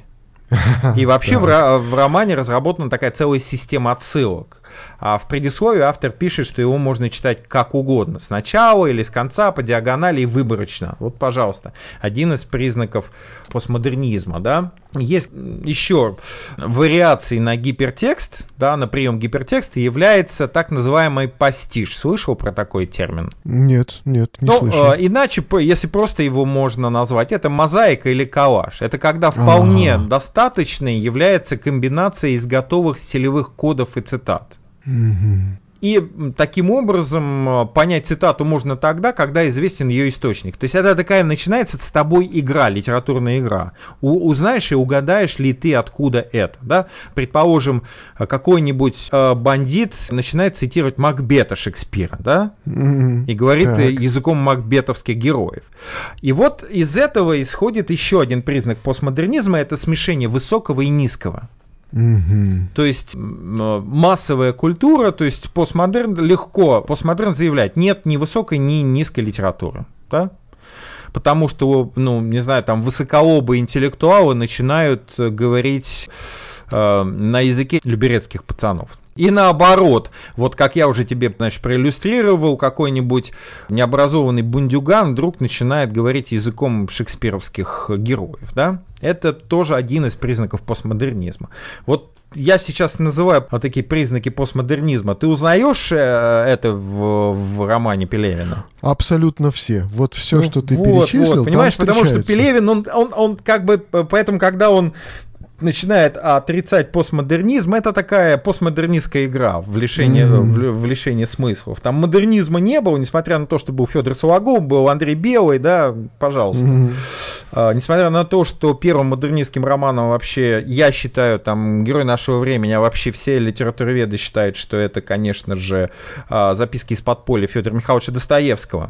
И вообще в, в романе разработана такая целая система отсылок. А в предисловии автор пишет, что его можно читать как угодно. Сначала или с конца, по диагонали и выборочно. Вот, пожалуйста, один из признаков постмодернизма. Да? Есть еще вариации на гипертекст, да, на прием гипертекста является так называемый пастиш. Слышал про такой термин? Нет, нет, не ну, слышал. Э, иначе, если просто его можно назвать, это мозаика или коллаж. Это когда вполне А-а-а. достаточной является комбинация из готовых стилевых кодов и цитат. Угу. И таким образом понять цитату можно тогда, когда известен ее источник. То есть это такая начинается с тобой игра, литературная игра. У, узнаешь и угадаешь ли ты, откуда это. Да? Предположим, какой-нибудь э, бандит начинает цитировать Макбета Шекспира, да? Mm-hmm. И говорит так. языком макбетовских героев. И вот из этого исходит еще один признак постмодернизма – это смешение высокого и низкого. Mm-hmm. То есть массовая культура, то есть постмодерн, легко, постмодерн заявляет, нет ни высокой, ни низкой литературы, да? Потому что, ну, не знаю, там высоколобые интеллектуалы начинают говорить э, на языке люберецких пацанов. И наоборот, вот как я уже тебе, значит, проиллюстрировал, какой-нибудь необразованный бундюган вдруг начинает говорить языком шекспировских героев, да? Это тоже один из признаков постмодернизма. Вот я сейчас называю вот такие признаки постмодернизма. Ты узнаешь это в, в романе Пелевина? Абсолютно все. Вот все, ну, что ты вот, перечислил, вот, понимаешь, там потому что Пелевин, он, он, он как бы, поэтому, когда он начинает отрицать постмодернизм, это такая постмодернистская игра в лишении, mm-hmm. в, в лишении смыслов. Там модернизма не было, несмотря на то, что был Федор Сологуб, был Андрей Белый, да, пожалуйста. Mm-hmm. А, несмотря на то, что первым модернистским романом вообще, я считаю, там, герой нашего времени, а вообще все литературоведы считают, что это, конечно же, записки из подполья Федора Михайловича Достоевского.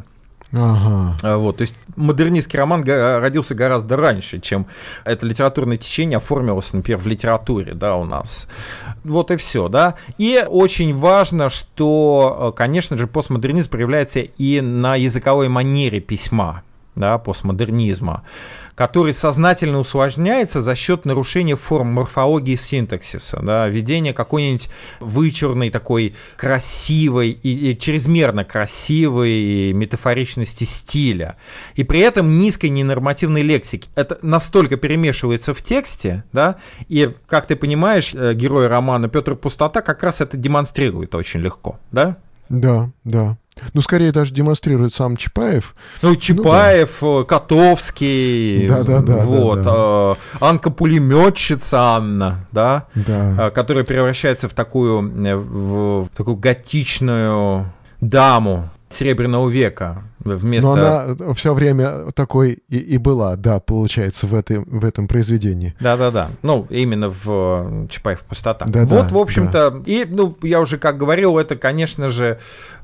Ага. Вот, то есть модернистский роман родился гораздо раньше, чем это литературное течение оформилось, например, в литературе, да, у нас. Вот и все, да. И очень важно, что, конечно же, постмодернизм проявляется и на языковой манере письма, да, постмодернизма, который сознательно усложняется за счет нарушения форм морфологии и синтаксиса, да, введения какой-нибудь вычурной, такой красивой и, и чрезмерно красивой метафоричности стиля, и при этом низкой ненормативной лексики. Это настолько перемешивается в тексте, да, и, как ты понимаешь, герой романа Петр Пустота как раз это демонстрирует очень легко, да? Да, да. Ну, скорее даже демонстрирует сам Чапаев. Ну, Чапаев, ну, да. Котовский, да, да, да, вот, да, да. Анка-пулеметчица Анна, да, да. которая превращается в такую, в такую готичную даму, Серебряного века. Вместо... Но она все время такой и, и была, да, получается, в, этой, в этом произведении. Да-да-да. Ну, именно в «Чапаев пустота». Да, вот, да, в общем-то, да. и, ну, я уже как говорил, это, конечно же,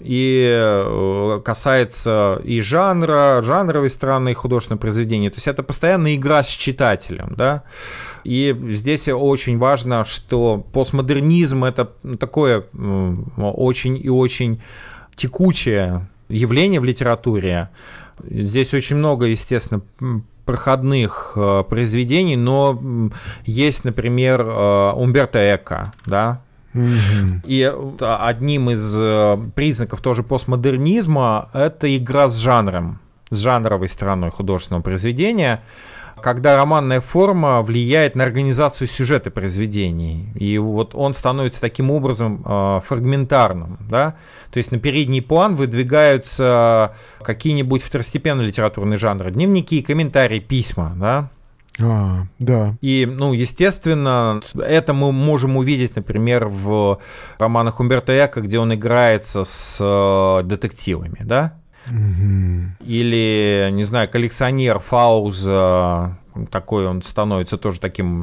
и касается и жанра, жанровой стороны художественного произведения. То есть это постоянная игра с читателем, да. И здесь очень важно, что постмодернизм — это такое очень и очень текучее явление в литературе. Здесь очень много, естественно, проходных э, произведений, но есть, например, э, Умберто Эко, да. Mm-hmm. И одним из э, признаков тоже постмодернизма это игра с жанром, с жанровой стороной художественного произведения, когда романная форма влияет на организацию сюжета произведений. И вот он становится таким образом э, фрагментарным. Да? То есть на передний план выдвигаются какие-нибудь второстепенные литературные жанры. Дневники, комментарии, письма. Да? А, да. И, ну, естественно, это мы можем увидеть, например, в романах Умберто Эко, где он играется с э, детективами. Да? Mm-hmm. Или, не знаю, коллекционер Фауза, такой он становится тоже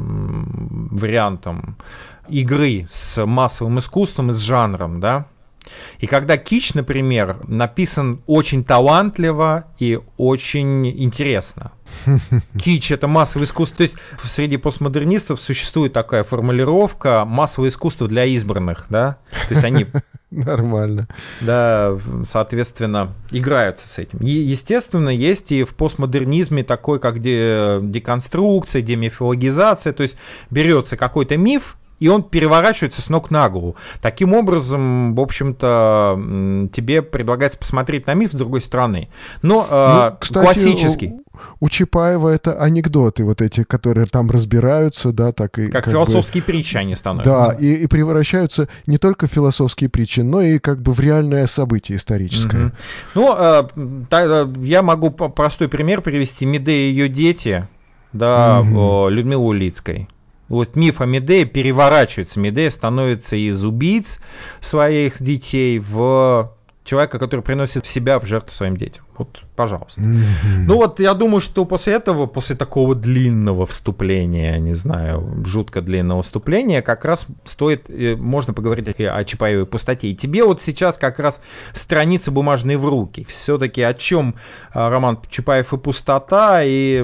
таким вариантом игры с массовым искусством и с жанром, да. И когда кич, например, написан очень талантливо и очень интересно. Кич — это массовое искусство. То есть среди постмодернистов существует такая формулировка «массовое искусство для избранных», да. То есть они... Нормально. Да, соответственно, играются с этим. И, естественно, есть и в постмодернизме такой, как де- деконструкция, демифологизация. То есть берется какой-то миф, и он переворачивается с ног на голову. Таким образом, в общем-то, тебе предлагается посмотреть на миф с другой стороны. Но ну, кстати, классический. У, у Чапаева это анекдоты вот эти, которые там разбираются, да, так и... Как, как философские бы, притчи они становятся. Да, и, и превращаются не только в философские притчи, но и как бы в реальное событие историческое. Mm-hmm. Ну, э, та, я могу простой пример привести. Медея и ее дети, да, mm-hmm. Людмилы Улицкой. Вот миф о Медее переворачивается. Медея становится из убийц своих детей в человека, который приносит себя в жертву своим детям. Вот, пожалуйста. Mm-hmm. Ну вот, я думаю, что после этого, после такого длинного вступления, не знаю, жутко длинного вступления, как раз стоит, можно поговорить о Чапаевой пустоте. И тебе вот сейчас как раз страницы бумажные в руки. Все-таки о чем роман Чапаев и пустота, и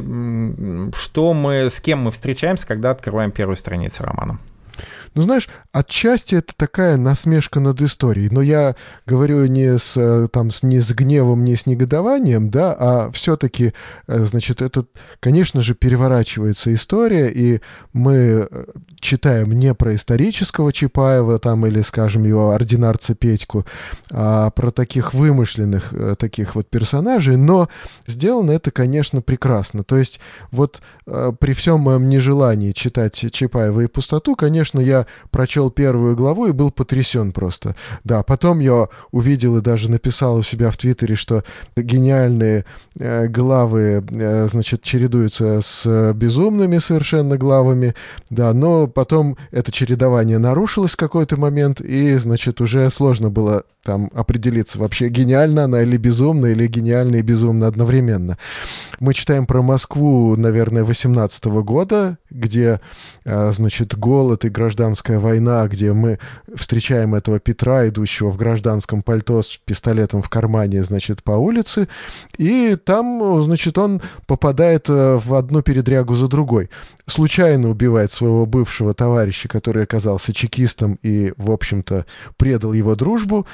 что мы, с кем мы встречаемся, когда открываем первую страницу романа? Ну, знаешь, отчасти это такая насмешка над историей, но я говорю не с, там, не с гневом, не с негодованием, да, а все-таки, значит, это, конечно же, переворачивается история, и мы читаем не про исторического Чапаева, там, или, скажем, его ординарца Петьку, а про таких вымышленных таких вот персонажей, но сделано это, конечно, прекрасно. То есть вот при всем моем нежелании читать Чапаева и пустоту, конечно, я прочел первую главу и был потрясен просто. Да, потом я увидел и даже написал у себя в Твиттере, что гениальные э, главы, э, значит, чередуются с безумными совершенно главами, да, но потом это чередование нарушилось в какой-то момент, и, значит, уже сложно было там определиться, вообще гениальна она или безумна, или гениальна и безумна одновременно. Мы читаем про Москву, наверное, восемнадцатого года, где, значит, голод и гражданская война, где мы встречаем этого Петра, идущего в гражданском пальто с пистолетом в кармане, значит, по улице, и там, значит, он попадает в одну передрягу за другой. Случайно убивает своего бывшего товарища, который оказался чекистом и, в общем-то, предал его дружбу,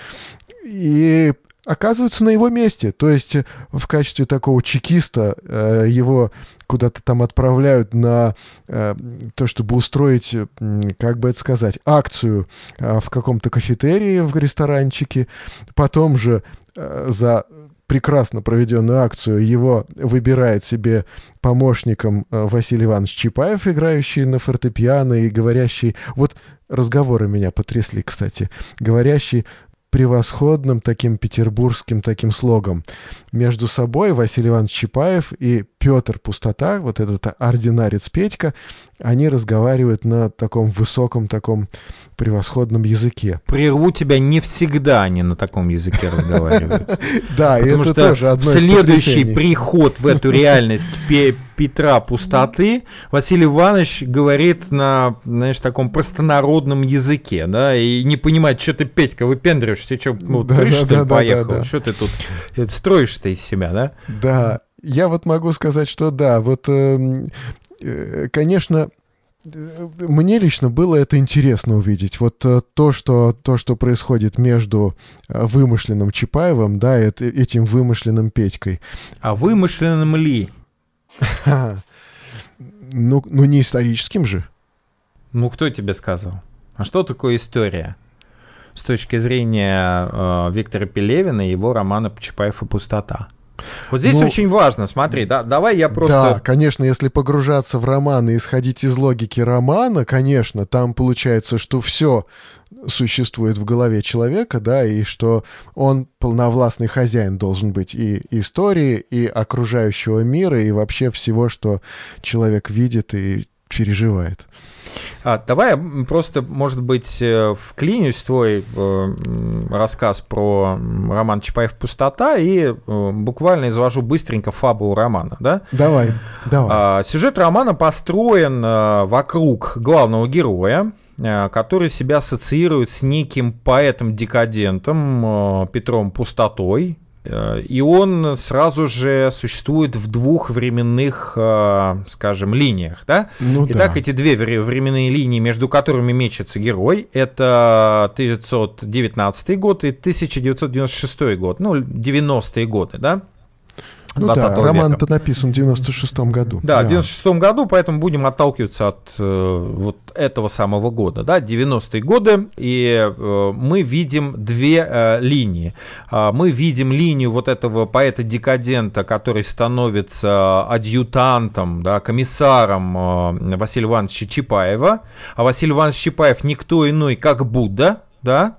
и оказывается на его месте. То есть в качестве такого чекиста э, его куда-то там отправляют на э, то, чтобы устроить, как бы это сказать, акцию э, в каком-то кафетерии, в ресторанчике. Потом же э, за прекрасно проведенную акцию его выбирает себе помощником э, Василий Иванович Чапаев, играющий на фортепиано и говорящий... Вот разговоры меня потрясли, кстати. Говорящий превосходным таким петербургским таким слогом. Между собой Василий Иванович Чапаев и Петр Пустота, вот этот ординарец Петька, они разговаривают на таком высоком, таком превосходном языке. Прерву тебя, не всегда они на таком языке разговаривают. Да, и это тоже одно из следующий приход в эту реальность Петра Пустоты Василий Иванович говорит на, знаешь, таком простонародном языке, да, и не понимает, что ты, Петька, выпендриваешься, ты что, ну, да, крыша, да, что ли, да, поехал? Да, да. Что ты тут строишь-то из себя, да? Да, я вот могу сказать, что да, вот, э, э, конечно, мне лично было это интересно увидеть. Вот э, то, что, то, что происходит между вымышленным Чапаевым, да, и этим вымышленным Петькой. А вымышленным ли? Ну, ну, не историческим же. Ну, кто тебе сказал? А что такое история? С точки зрения э, Виктора Пелевина и его романа «Чапаев и пустота». Вот здесь ну, очень важно, смотри, да, давай я просто... Да, конечно, если погружаться в роман и исходить из логики романа, конечно, там получается, что все существует в голове человека, да, и что он полновластный хозяин должен быть и истории, и окружающего мира, и вообще всего, что человек видит и переживает. А, давай я просто, может быть, вклинюсь в твой э, рассказ про роман «Чапаев пустота» и э, буквально изложу быстренько фабулу романа. Да? Давай, давай. А, сюжет романа построен э, вокруг главного героя, э, который себя ассоциирует с неким поэтом-декадентом э, Петром Пустотой. И он сразу же существует в двух временных, скажем, линиях. Да? Ну, Итак, да. эти две временные линии, между которыми мечется герой, это тысяча девятьсот девятнадцатый год и тысяча девятьсот девяносто шестой год, ну, девяностые годы, да? Ну да, роман-то написан в девяносто шестом году. Да, в девяносто шестом году, поэтому будем отталкиваться от э, вот этого самого года, да, девяностые годы, и э, мы видим две э, линии. Э, мы видим линию вот этого поэта-декадента, который становится адъютантом, да, комиссаром э, Василия Ивановича Чапаева, а Василий Иванович Чапаев никто иной, как Будда, да,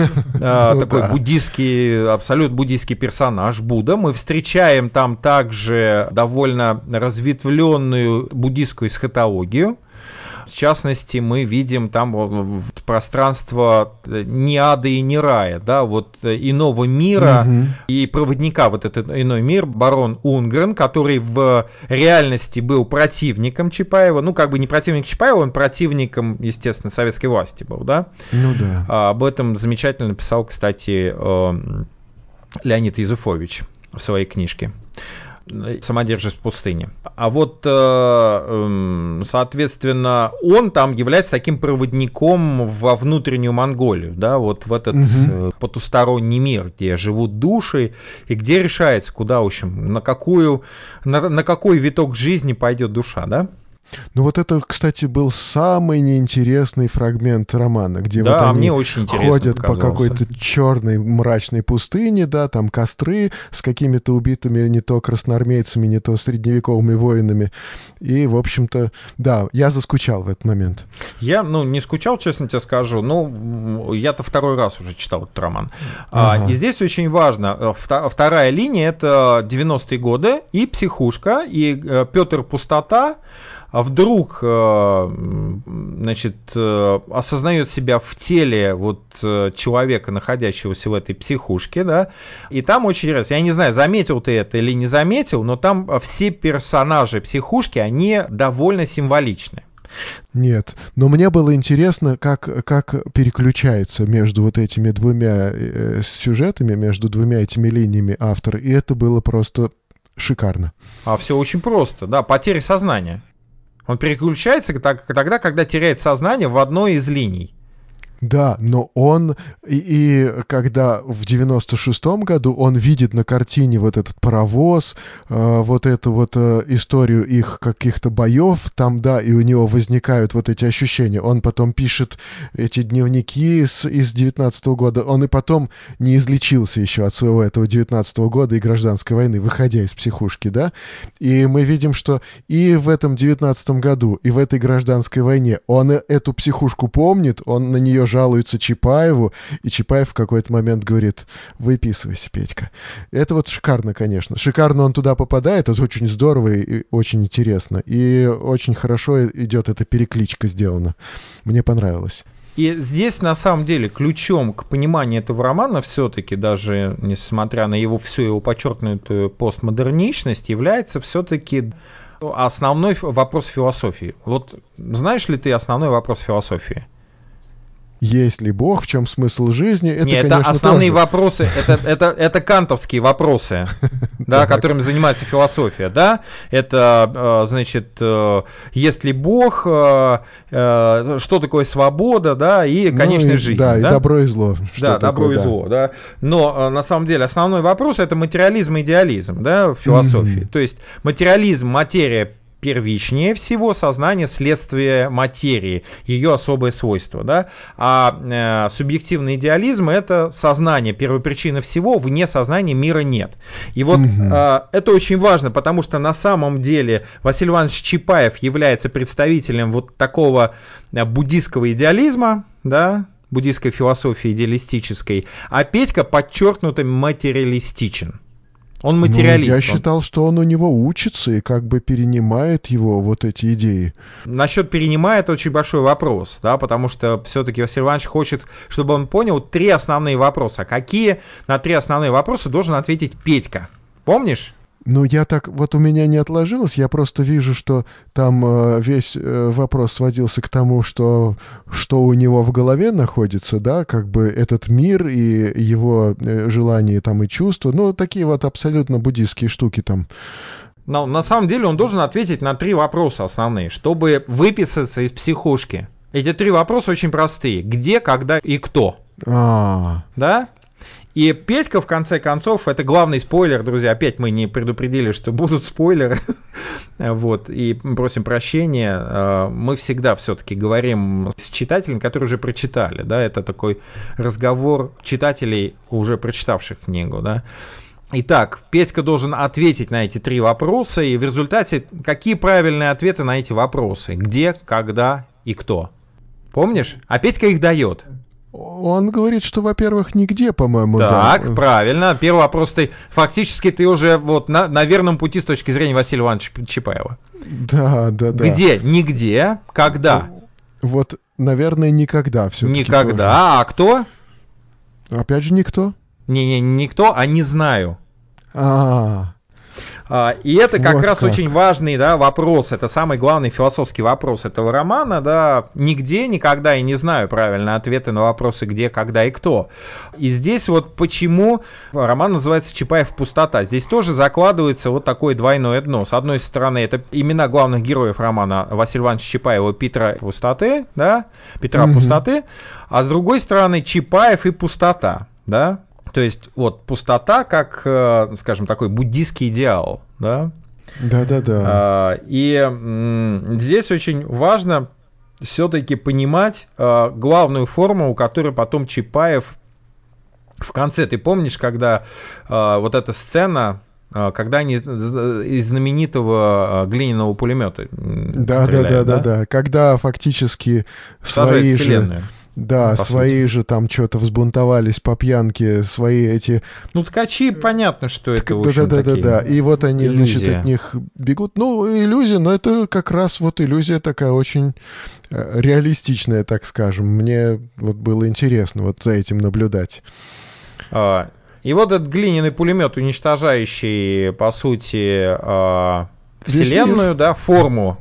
Ну, такой да. буддийский, абсолютно буддийский персонаж Будда. Мы встречаем там также довольно разветвленную буддийскую эсхатологию. В частности, мы видим там пространство не ада и не рая, да, вот иного мира, Угу. и проводника вот этот иной мир, барон Унгрен, который в реальности был противником Чапаева, ну, как бы не противник Чапаева, он противником, естественно, советской власти был, да. Ну да. А, об этом замечательно писал, кстати, Леонид Юзефович в своей книжке «Самодержец в пустыне». А вот, соответственно, он там является таким проводником во внутреннюю Монголию, да, вот в этот угу. потусторонний мир, где живут души, и где решается, куда, в общем, на какую, на, на какой виток жизни пойдет душа, да? Ну вот это, кстати, был самый неинтересный фрагмент романа, где да, вот они мне очень ходят показался. по какой-то черной мрачной пустыне, да, там костры с какими-то убитыми не то красноармейцами, не то средневековыми воинами. И, в общем-то, да, я заскучал в этот момент. Я, ну, не скучал, честно тебе скажу, но я-то второй раз уже читал этот роман. Ага. И здесь очень важно, вторая линия — это девяностые годы, и психушка, и Петр Пустота вдруг, значит, осознает себя в теле вот человека, находящегося в этой психушке, да, и там очень интересно, я не знаю, заметил ты это или не заметил, но там все персонажи психушки, они довольно символичны. Нет, но мне было интересно, как, как переключается между вот этими двумя э, сюжетами, между двумя этими линиями автор, и это было просто шикарно. А все очень просто, да, потеря сознания. Он переключается тогда, когда теряет сознание в одной из линий. Да, но он, и, и когда в девяносто шестом году он видит на картине вот этот паровоз, э, вот эту вот э, историю их каких-то боев, там, да, и у него возникают вот эти ощущения. Он потом пишет эти дневники с, из девятнадцатого года, он и потом не излечился еще от своего этого девятнадцатого года и гражданской войны, выходя из психушки, да, и мы видим, что и в этом девятнадцатом году, и в этой гражданской войне он эту психушку помнит, он на нее жалуется Чапаеву, и Чапаев в какой-то момент говорит: выписывайся, Петька. Это вот шикарно, конечно. Шикарно он туда попадает, это очень здорово и очень интересно. И очень хорошо идет эта перекличка сделана. Мне понравилось. И здесь, на самом деле, ключом к пониманию этого романа все-таки, даже несмотря на его всю его подчеркнутую постмодерничность, является все-таки основной вопрос философии. Вот знаешь ли ты основной вопрос философии? Есть ли Бог, в чем смысл жизни? Это, Нет, конечно, это основные тоже. вопросы, это, это, это кантовские вопросы, да, которыми занимается философия, да, это, значит, есть ли Бог, что такое свобода, да, и конечная ну, и, жизнь. Да, да, и добро и зло. Да, добро такое, и да. зло, да, но на самом деле основной вопрос — это материализм и идеализм, да, в философии, mm-hmm. то есть материализм, материя, первичнее всего, сознание — следствие материи, ее особое свойство, да? А э, субъективный идеализм — это сознание, первопричина всего, вне сознания мира нет. И вот угу. э, это очень важно, потому что на самом деле Василий Иванович Чапаев является представителем вот такого буддистского идеализма, да, буддистской философии идеалистической, а Петька подчеркнуто материалистичен. Он материалист. Ну, я считал, что он у него учится и как бы перенимает его вот эти идеи. Насчет перенимает очень большой вопрос, да, потому что все-таки Василий Иванович хочет, чтобы он понял три основные вопроса. Какие на три основные вопроса должен ответить Петька? Помнишь? Ну, я так, вот у меня не отложилось, я просто вижу, что там э, весь э, вопрос сводился к тому, что, что у него в голове находится, да, как бы этот мир и его э, желания там и чувства, ну, такие вот абсолютно буддистские штуки там. Но на самом деле он должен ответить на три вопроса основные, чтобы выписаться из психушки. Эти три вопроса очень простые. Где, когда и кто. А-а-а. Да? И Петька, в конце концов, это главный спойлер, друзья. Опять мы не предупредили, что будут спойлеры. Вот, и просим прощения. Мы всегда все-таки говорим с читателями, которые уже прочитали. Да? Это такой разговор читателей, уже прочитавших книгу. Да? Итак, Петька должен ответить на эти три вопроса. И в результате, какие правильные ответы на эти вопросы? Где, когда и кто? Помнишь? А Петька их дает. Он говорит, что, во-первых, нигде, по-моему, так, да. правильно. Первый вопрос, ты фактически ты уже вот на, на верном пути с точки зрения Василия Ивановича Чапаева. Да, да, да. Где? Нигде. Когда? Вот, наверное, никогда все-таки. Никогда. Тоже. А кто? Опять же, никто. Не-не, никто, а не знаю. А-а-а. И это как вот раз как. очень важный, да, вопрос, это самый главный философский вопрос этого романа, да, нигде, никогда и не знаю правильно ответы на вопросы где, когда и кто. И здесь вот почему роман называется «Чапаев. Пустота». Здесь тоже закладывается вот такое двойное дно. С одной стороны, это имена главных героев романа Василия Ивановича Чапаева, Петра Пустоты, да, Петра mm-hmm. Пустоты, а с другой стороны Чапаев и пустота, да. То есть вот пустота как, скажем, такой буддийский идеал, да? Да-да-да. И здесь очень важно все-таки понимать главную форму, у которой потом Чапаев в конце, ты помнишь, когда вот эта сцена, когда они из знаменитого глиняного пулемета стреляют, да? Да-да-да, когда фактически свои же... Да, по свои сути. Же там что-то взбунтовались по пьянке, свои эти... Ну, ткачи, понятно, что это, в общем, Да-да-да, и вот они, иллюзия. Значит, от них бегут. Ну, иллюзия, но это как раз вот иллюзия такая очень реалистичная, так скажем. Мне вот было интересно вот за этим наблюдать. А, и вот этот глиняный пулемет, уничтожающий, по сути, а, Вселенную, да, форму,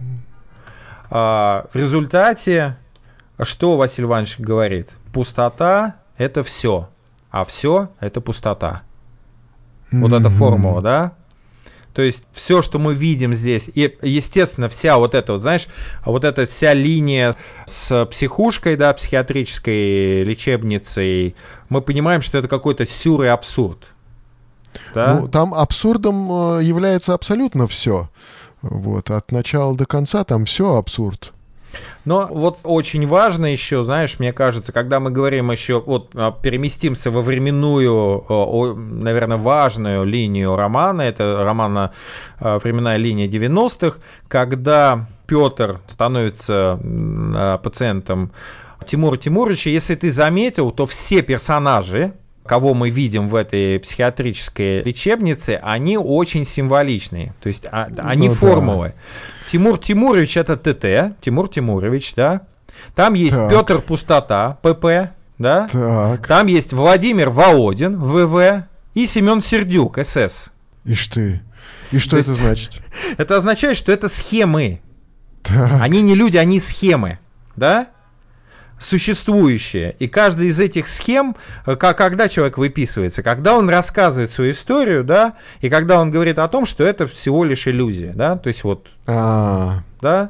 а, в результате... Что Василий Иванович говорит? Пустота — это все, а все — это пустота. Mm-hmm. Вот эта формула, да? То есть все, что мы видим здесь, и, естественно, вся вот эта, вот, знаешь, вот эта вся линия с психушкой, да, психиатрической лечебницей, мы понимаем, что это какой-то сюр и абсурд. Да? Ну, там абсурдом является абсолютно все. Вот, от начала до конца там все абсурд. Но вот очень важно еще, знаешь, мне кажется, когда мы говорим еще, вот переместимся во временную, наверное, важную линию романа, это романа «Временная линия девяностых», когда Петр становится пациентом Тимура Тимуровича, если ты заметил, то все персонажи, кого мы видим в этой психиатрической лечебнице, они очень символичные. То есть а, они ну, формулы. Да. Тимур Тимурович — это ТТ, Тимур Тимурович, да. Там есть так. Петр Пустота, ПП, да. Так. Там есть Владимир Володин, ВВ, и Семен Сердюк, СС. Ишь ты. И что то это есть, значит? Это означает, что это схемы. Так. Они не люди, они схемы, да? Существующие. И каждая из этих схем, когда человек выписывается, когда он рассказывает свою историю, да, и когда он говорит о том, что это всего лишь иллюзия, да, то есть вот, А-а-а. да,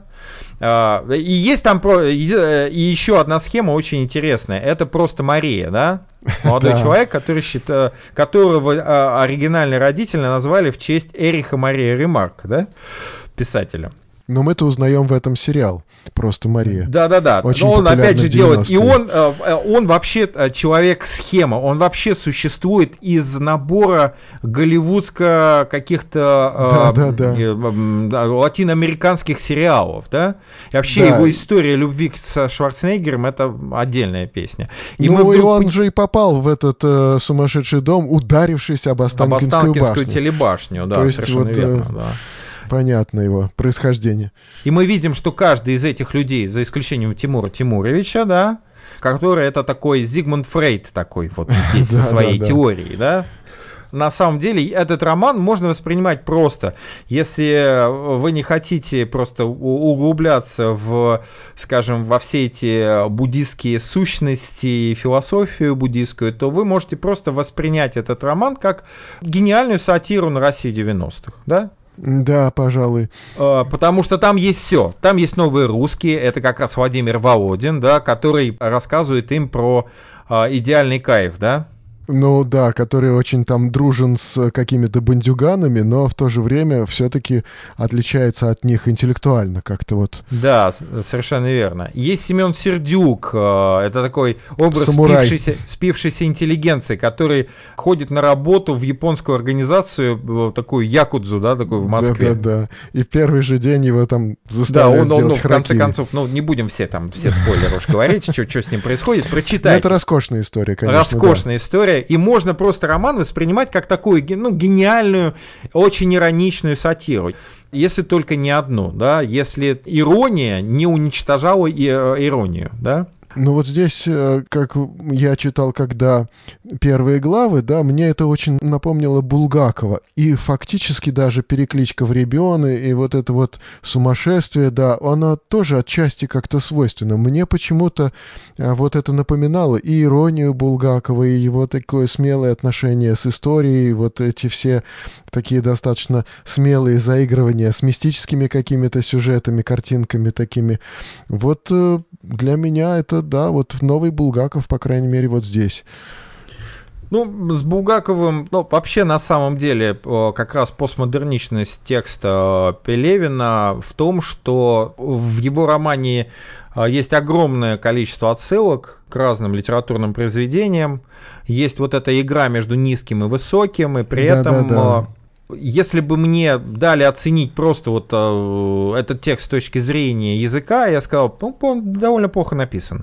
и есть там, и еще одна схема очень интересная, это просто Мария, да, молодой да. человек, который считает, которого оригинальные родители назвали в честь Эриха Мария Ремарка, да, писателя. Но мы-то узнаем в этом сериал «Просто Мария». Да-да-да, но он опять же делает, и он, он вообще человек-схема, он вообще существует из набора голливудско каких-то да, да, да. латиноамериканских сериалов, да, и вообще да. его история любви со Шварценеггером — это отдельная песня. И ну мы вдруг... и он же и попал в этот э, сумасшедший дом, ударившись об Останкинскую, об Останкинскую башню. телебашню, да, То совершенно вот, верно, э... да. Понятно его происхождение. И мы видим, что каждый из этих людей, за исключением Тимура Тимуровича, да, который это такой Зигмунд Фрейд такой вот здесь со своей теорией, да. На самом деле этот роман можно воспринимать просто, если вы не хотите просто углубляться в, скажем, во все эти буддистские сущности и философию буддистскую, то вы можете просто воспринять этот роман как гениальную сатиру на Россию девяностых, да? Да, пожалуй. Потому что там есть все. Там есть новые русские, это как раз Владимир Володин, да, который рассказывает им про идеальный кайф, да. Ну да, который очень там дружен с какими-то бандюганами, но в то же время все-таки отличается от них интеллектуально как-то вот. Да, совершенно верно. Есть Семен Сердюк, это такой образ спившейся, спившейся интеллигенции, который ходит на работу в японскую организацию, такую якудзу, да, такую в Москве. Да-да-да, и первый же день его там заставляют да, он, сделать он, ну, в конце концов, ну не будем все там, все спойлеры уж говорить, что с ним происходит, прочитайте. Это роскошная история, конечно. Роскошная история. И можно просто роман воспринимать как такую, ну, гениальную, очень ироничную сатиру. Если только не одну, да, если ирония не уничтожала иронию, да. Ну вот здесь, как я читал, когда первые главы, да, мне это очень напомнило Булгакова. И фактически даже перекличка в регионы и вот это вот сумасшествие, да, оно тоже отчасти как-то свойственно. Мне почему-то вот это напоминало и иронию Булгакова, и его такое смелое отношение с историей, вот эти все такие достаточно смелые заигрывания с мистическими какими-то сюжетами, картинками такими. Вот для меня это, да, вот новый Булгаков, по крайней мере, вот здесь. Ну, с Булгаковым, ну, вообще, на самом деле, как раз постмодерничность текста Пелевина в том, что в его романе есть огромное количество отсылок к разным литературным произведениям, есть вот эта игра между низким и высоким, и при да, этом... Да, да. Если бы мне дали оценить просто вот э, этот текст с точки зрения языка, я сказал, ну, он довольно плохо написан.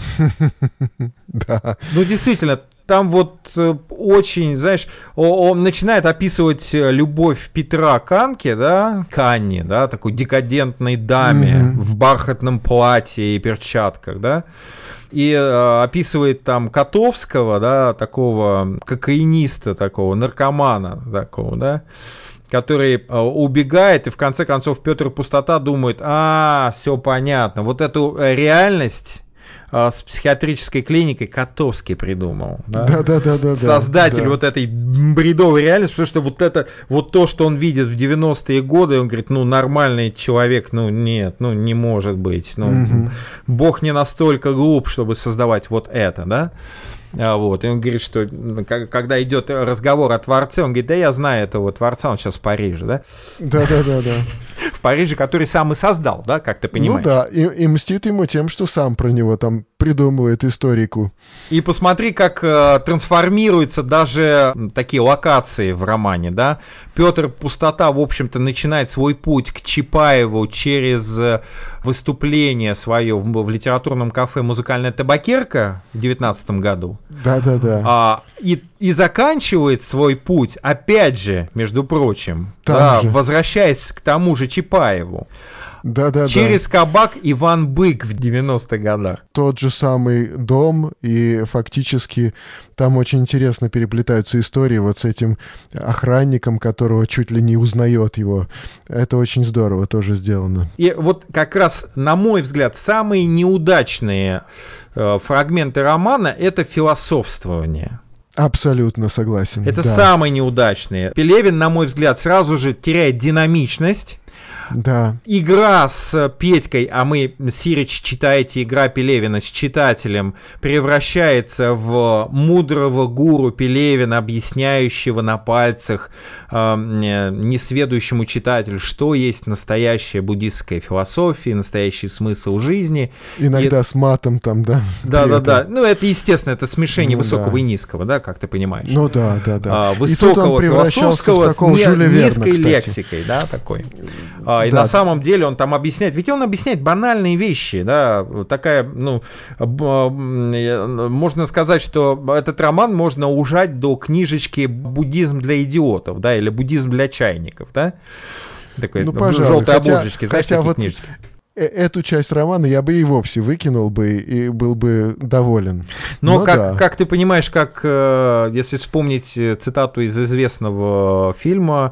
Да. Ну, действительно, там вот очень, знаешь, он начинает описывать любовь Петра к Анке, да, к Анне, да, такой декадентной даме в бархатном платье и перчатках, да. И э, описывает там Котовского, да, такого кокаиниста, такого наркомана, такого, да, который э, убегает, и в конце концов Петр Пустота думает, а, все понятно, вот эту реальность э, с психиатрической клиникой Котовский придумал, да? Да, да, да, да, создатель да. вот этой бредовой реальности, потому что вот это, вот то, что он видит в девяностые годы, он говорит, ну, нормальный человек, ну, нет, ну, не может быть, ну, угу. Бог не настолько глуп, чтобы создавать вот это, да? Вот. И он говорит, что когда идет разговор о Творце, он говорит, да я знаю этого Творца, он сейчас в Париже, да? Да-да-да. В Париже, который сам и создал, да, как ты понимаешь? Ну да, и, и мстит ему тем, что сам про него там придумывает историку. И посмотри, как э, трансформируются даже такие локации в романе, да. Петр Пустота, в общем-то, начинает свой путь к Чапаеву через выступление свое в, в литературном кафе «Музыкальная табакерка» в девятнадцатом году. Да-да-да. А, и, и заканчивает свой путь, опять же, между прочим, да, возвращаясь к тому же Чапаеву. Да, да, Через да. кабак Иван Бык в девяностых годах. Тот же самый дом, и фактически там очень интересно переплетаются истории вот с этим охранником, которого чуть ли не узнает его. Это очень здорово тоже сделано. И вот как раз, на мой взгляд, самые неудачные э, фрагменты романа — это философствование. Абсолютно согласен. Это да. самые неудачные. Пелевин, на мой взгляд, сразу же теряет динамичность. Да. Игра с Петькой, а мы, Сирич, читаете, игра Пелевина с читателем, превращается в мудрого гуру Пелевина, объясняющего на пальцах э, несведущему читателю, что есть настоящая буддистская философия, настоящий смысл жизни. Иногда и... с матом там, да. Да-да-да. Ну, это, естественно, это смешение ну, высокого да. и низкого, да, как ты понимаешь. Ну, да, да, да. А, высокого философского с не... низкой Верна, лексикой, да, такой. И да. на самом деле он там объясняет, ведь он объясняет банальные вещи, да, такая, ну, можно сказать, что этот роман можно ужать до книжечки «Буддизм для идиотов», да, или «Буддизм для чайников», да, такой ну, желтой обложечки, знаешь, хотя такие вот книжечки. Эту часть романа я бы и вовсе выкинул бы и был бы доволен. Но, Но как, да. как ты понимаешь, как, если вспомнить цитату из известного фильма,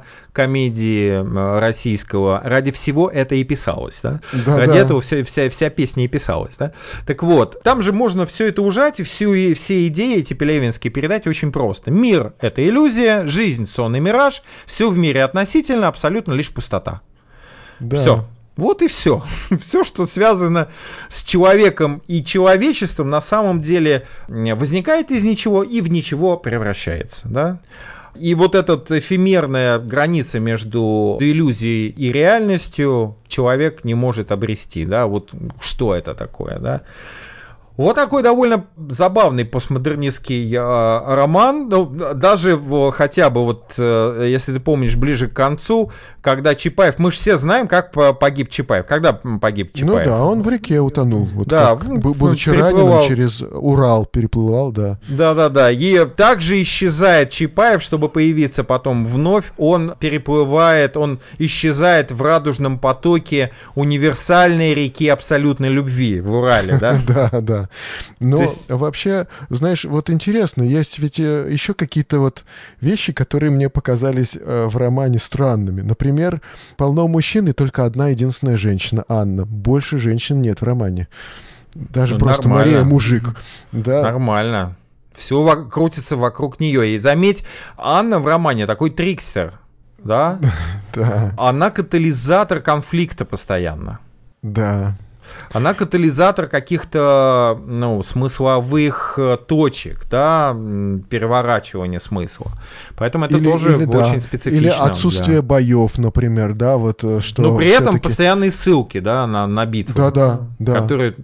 комедии российского, ради всего это и писалось, да? Да, ради да. этого вся, вся, вся песня и писалась, да? Так вот, там же можно все это ужать, и всю, все идеи эти пелевинские передать очень просто. Мир — это иллюзия, жизнь — сон и мираж, все в мире относительно, абсолютно лишь пустота. Да. Все. Вот и все. Все, что связано с человеком и человечеством, на самом деле возникает из ничего и в ничего превращается. Да? И вот эта эфемерная граница между иллюзией и реальностью человек не может обрести. Да? Вот что это такое, да? Вот такой довольно забавный постмодернистский э, роман, ну, даже в, хотя бы вот, э, если ты помнишь, ближе к концу, когда Чапаев, мы же все знаем, как погиб Чапаев, когда погиб Чапаев. Ну да, он в реке утонул, вот да, как, будучи раненым, через Урал переплывал, да. Да-да-да, и также исчезает Чапаев, чтобы появиться потом вновь, он переплывает, он исчезает в радужном потоке универсальной реки абсолютной любви в Урале, да? Да, да. Но есть... вообще, знаешь, вот интересно, есть ведь еще какие-то вот вещи, которые мне показались э, в романе странными. Например, полно мужчин и только одна единственная женщина, Анна. Больше женщин нет в романе. Даже ну, просто нормально. Мария мужик. Да. Нормально. Все во- крутится вокруг нее. И заметь, Анна в романе такой трикстер, да? Да. Она катализатор конфликта постоянно. Да. Она катализатор каких-то, ну, смысловых точек, да, переворачивания смысла. Поэтому это или, тоже или, очень да. специфично. Или отсутствие да. боев, например, да, вот что. Но при этом постоянные ссылки, да, на, на битву. Да, да, да. Которые,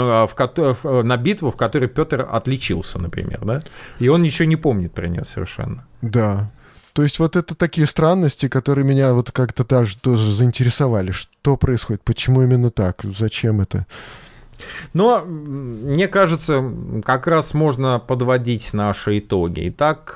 в, на битву, в которой Петр отличился, например, да, и он ничего не помнит про нее совершенно. Да. То есть вот это такие странности, которые меня вот как-то даже тоже заинтересовали. Что происходит? Почему именно так? Зачем это? Но, мне кажется, как раз можно подводить наши итоги. Итак,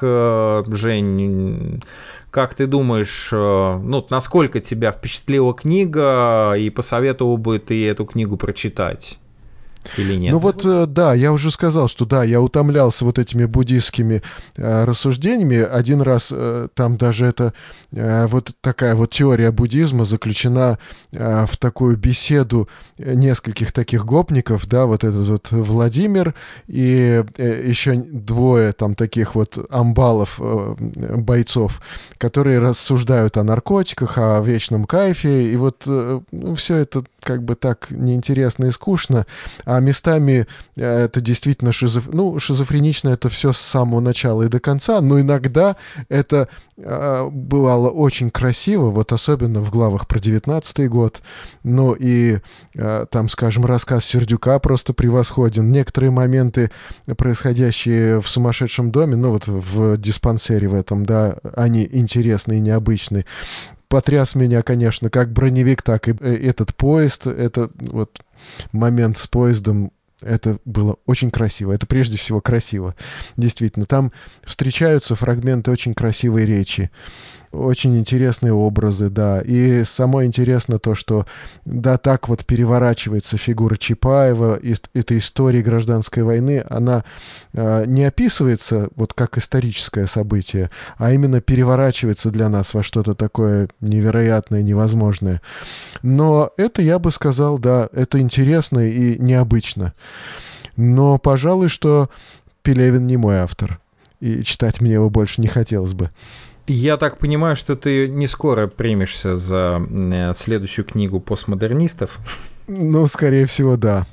Жень, как ты думаешь, ну, насколько тебя впечатлила книга, и посоветовал бы ты эту книгу прочитать? Или нет? Ну вот, да, я уже сказал, что да, я утомлялся вот этими буддистскими э, рассуждениями. Один раз э, там даже это э, вот такая вот теория буддизма заключена э, в такую беседу нескольких таких гопников, да, вот этот вот Владимир и э, еще двое там таких вот амбалов, э, бойцов, которые рассуждают о наркотиках, о вечном кайфе, и вот э, ну, все это как бы так неинтересно и скучно, а местами это действительно шизоф... ну, шизофренично это все с самого начала и до конца, но иногда это э, бывало очень красиво, вот особенно в главах про девятнадцатый год, ну и э, там, скажем, рассказ Сердюка просто превосходен, некоторые моменты, происходящие в «Сумасшедшем доме», ну вот в диспансере в этом, да, они интересные и необычные. Потряс меня, конечно, как броневик, так и этот поезд, это вот момент с поездом, это было очень красиво, это прежде всего красиво, действительно. Там встречаются фрагменты очень красивой речи, очень интересные образы, да, и самое интересно то, что, да, так вот переворачивается фигура Чапаева, и эта история гражданской войны, она э, не описывается вот как историческое событие, а именно переворачивается для нас во что-то такое невероятное, невозможное. Но это, я бы сказал, да, это интересно и необычно. Но, пожалуй, что Пелевин не мой автор, и читать мне его больше не хотелось бы. Я так понимаю, что ты не скоро примешься за следующую книгу постмодернистов. Ну, скорее всего, да.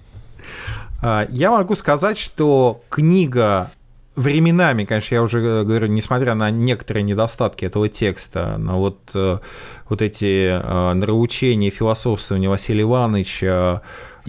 Я могу сказать, что книга временами, конечно, я уже говорю, несмотря на некоторые недостатки этого текста, но вот, вот эти нравоучения, философствования Василия Ивановича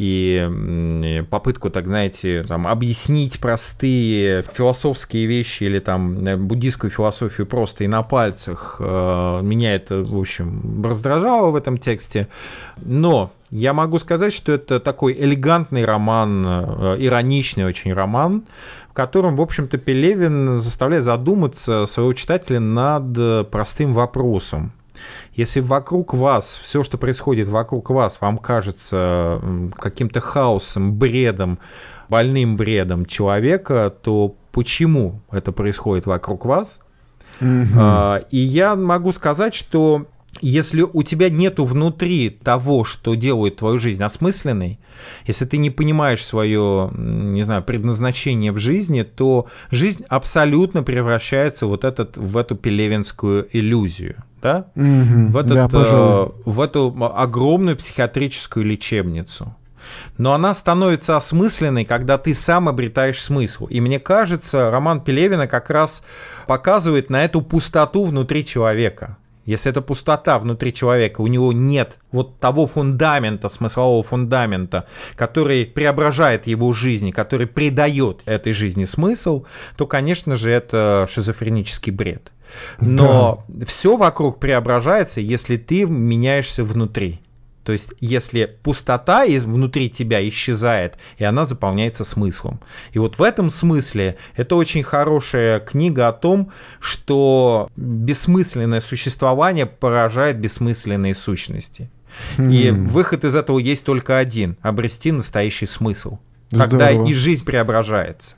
и попытку, так знаете, там, объяснить простые философские вещи или там буддийскую философию просто и на пальцах, меня это, в общем, раздражало в этом тексте. Но я могу сказать, что это такой элегантный роман, ироничный очень роман, в котором, в общем-то, Пелевин заставляет задуматься своего читателя над простым вопросом. Если вокруг вас, все, что происходит вокруг вас, вам кажется каким-то хаосом, бредом, больным бредом человека, то почему это происходит вокруг вас? Mm-hmm. И я могу сказать, что если у тебя нету внутри того, что делает твою жизнь осмысленной, если ты не понимаешь свое, не знаю, предназначение в жизни, то жизнь абсолютно превращается вот этот, в эту пелевинскую иллюзию. Да? Mm-hmm. В, этот, да, э, в эту огромную психиатрическую лечебницу. Но она становится осмысленной, когда ты сам обретаешь смысл. И мне кажется, роман Пелевина как раз показывает на эту пустоту внутри человека. Если это пустота внутри человека, у него нет вот того фундамента, смыслового фундамента, который преображает его жизнь, который придает этой жизни смысл, то, конечно же, это шизофренический бред. Но да. Все вокруг преображается, если ты меняешься внутри. То есть, если пустота внутри тебя исчезает, и она заполняется смыслом. И вот в этом смысле это очень хорошая книга о том, что бессмысленное существование поражает бессмысленные сущности. Mm. И выход из этого есть только один – обрести настоящий смысл. Здорово. Когда и жизнь преображается.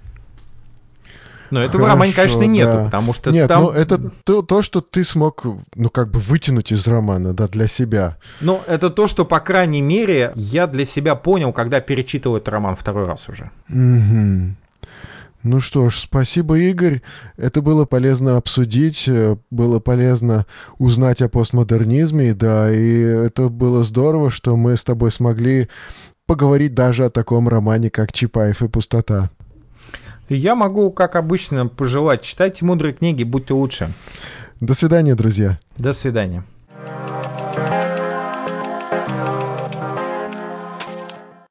Но этого Хорошо, в романе, конечно, нету, да. потому что Нет, там... ну это то, то, что ты смог, ну, как бы вытянуть из романа, да, для себя. Ну, это то, что, по крайней мере, я для себя понял, когда перечитывал этот роман второй раз уже. Угу. Ну что ж, спасибо, Игорь. Это было полезно обсудить, было полезно узнать о постмодернизме, да, и это было здорово, что мы с тобой смогли поговорить даже о таком романе, как «Чапаев и пустота». Я могу, как обычно, пожелать: читайте мудрые книги, будьте лучше. До свидания, друзья. До свидания.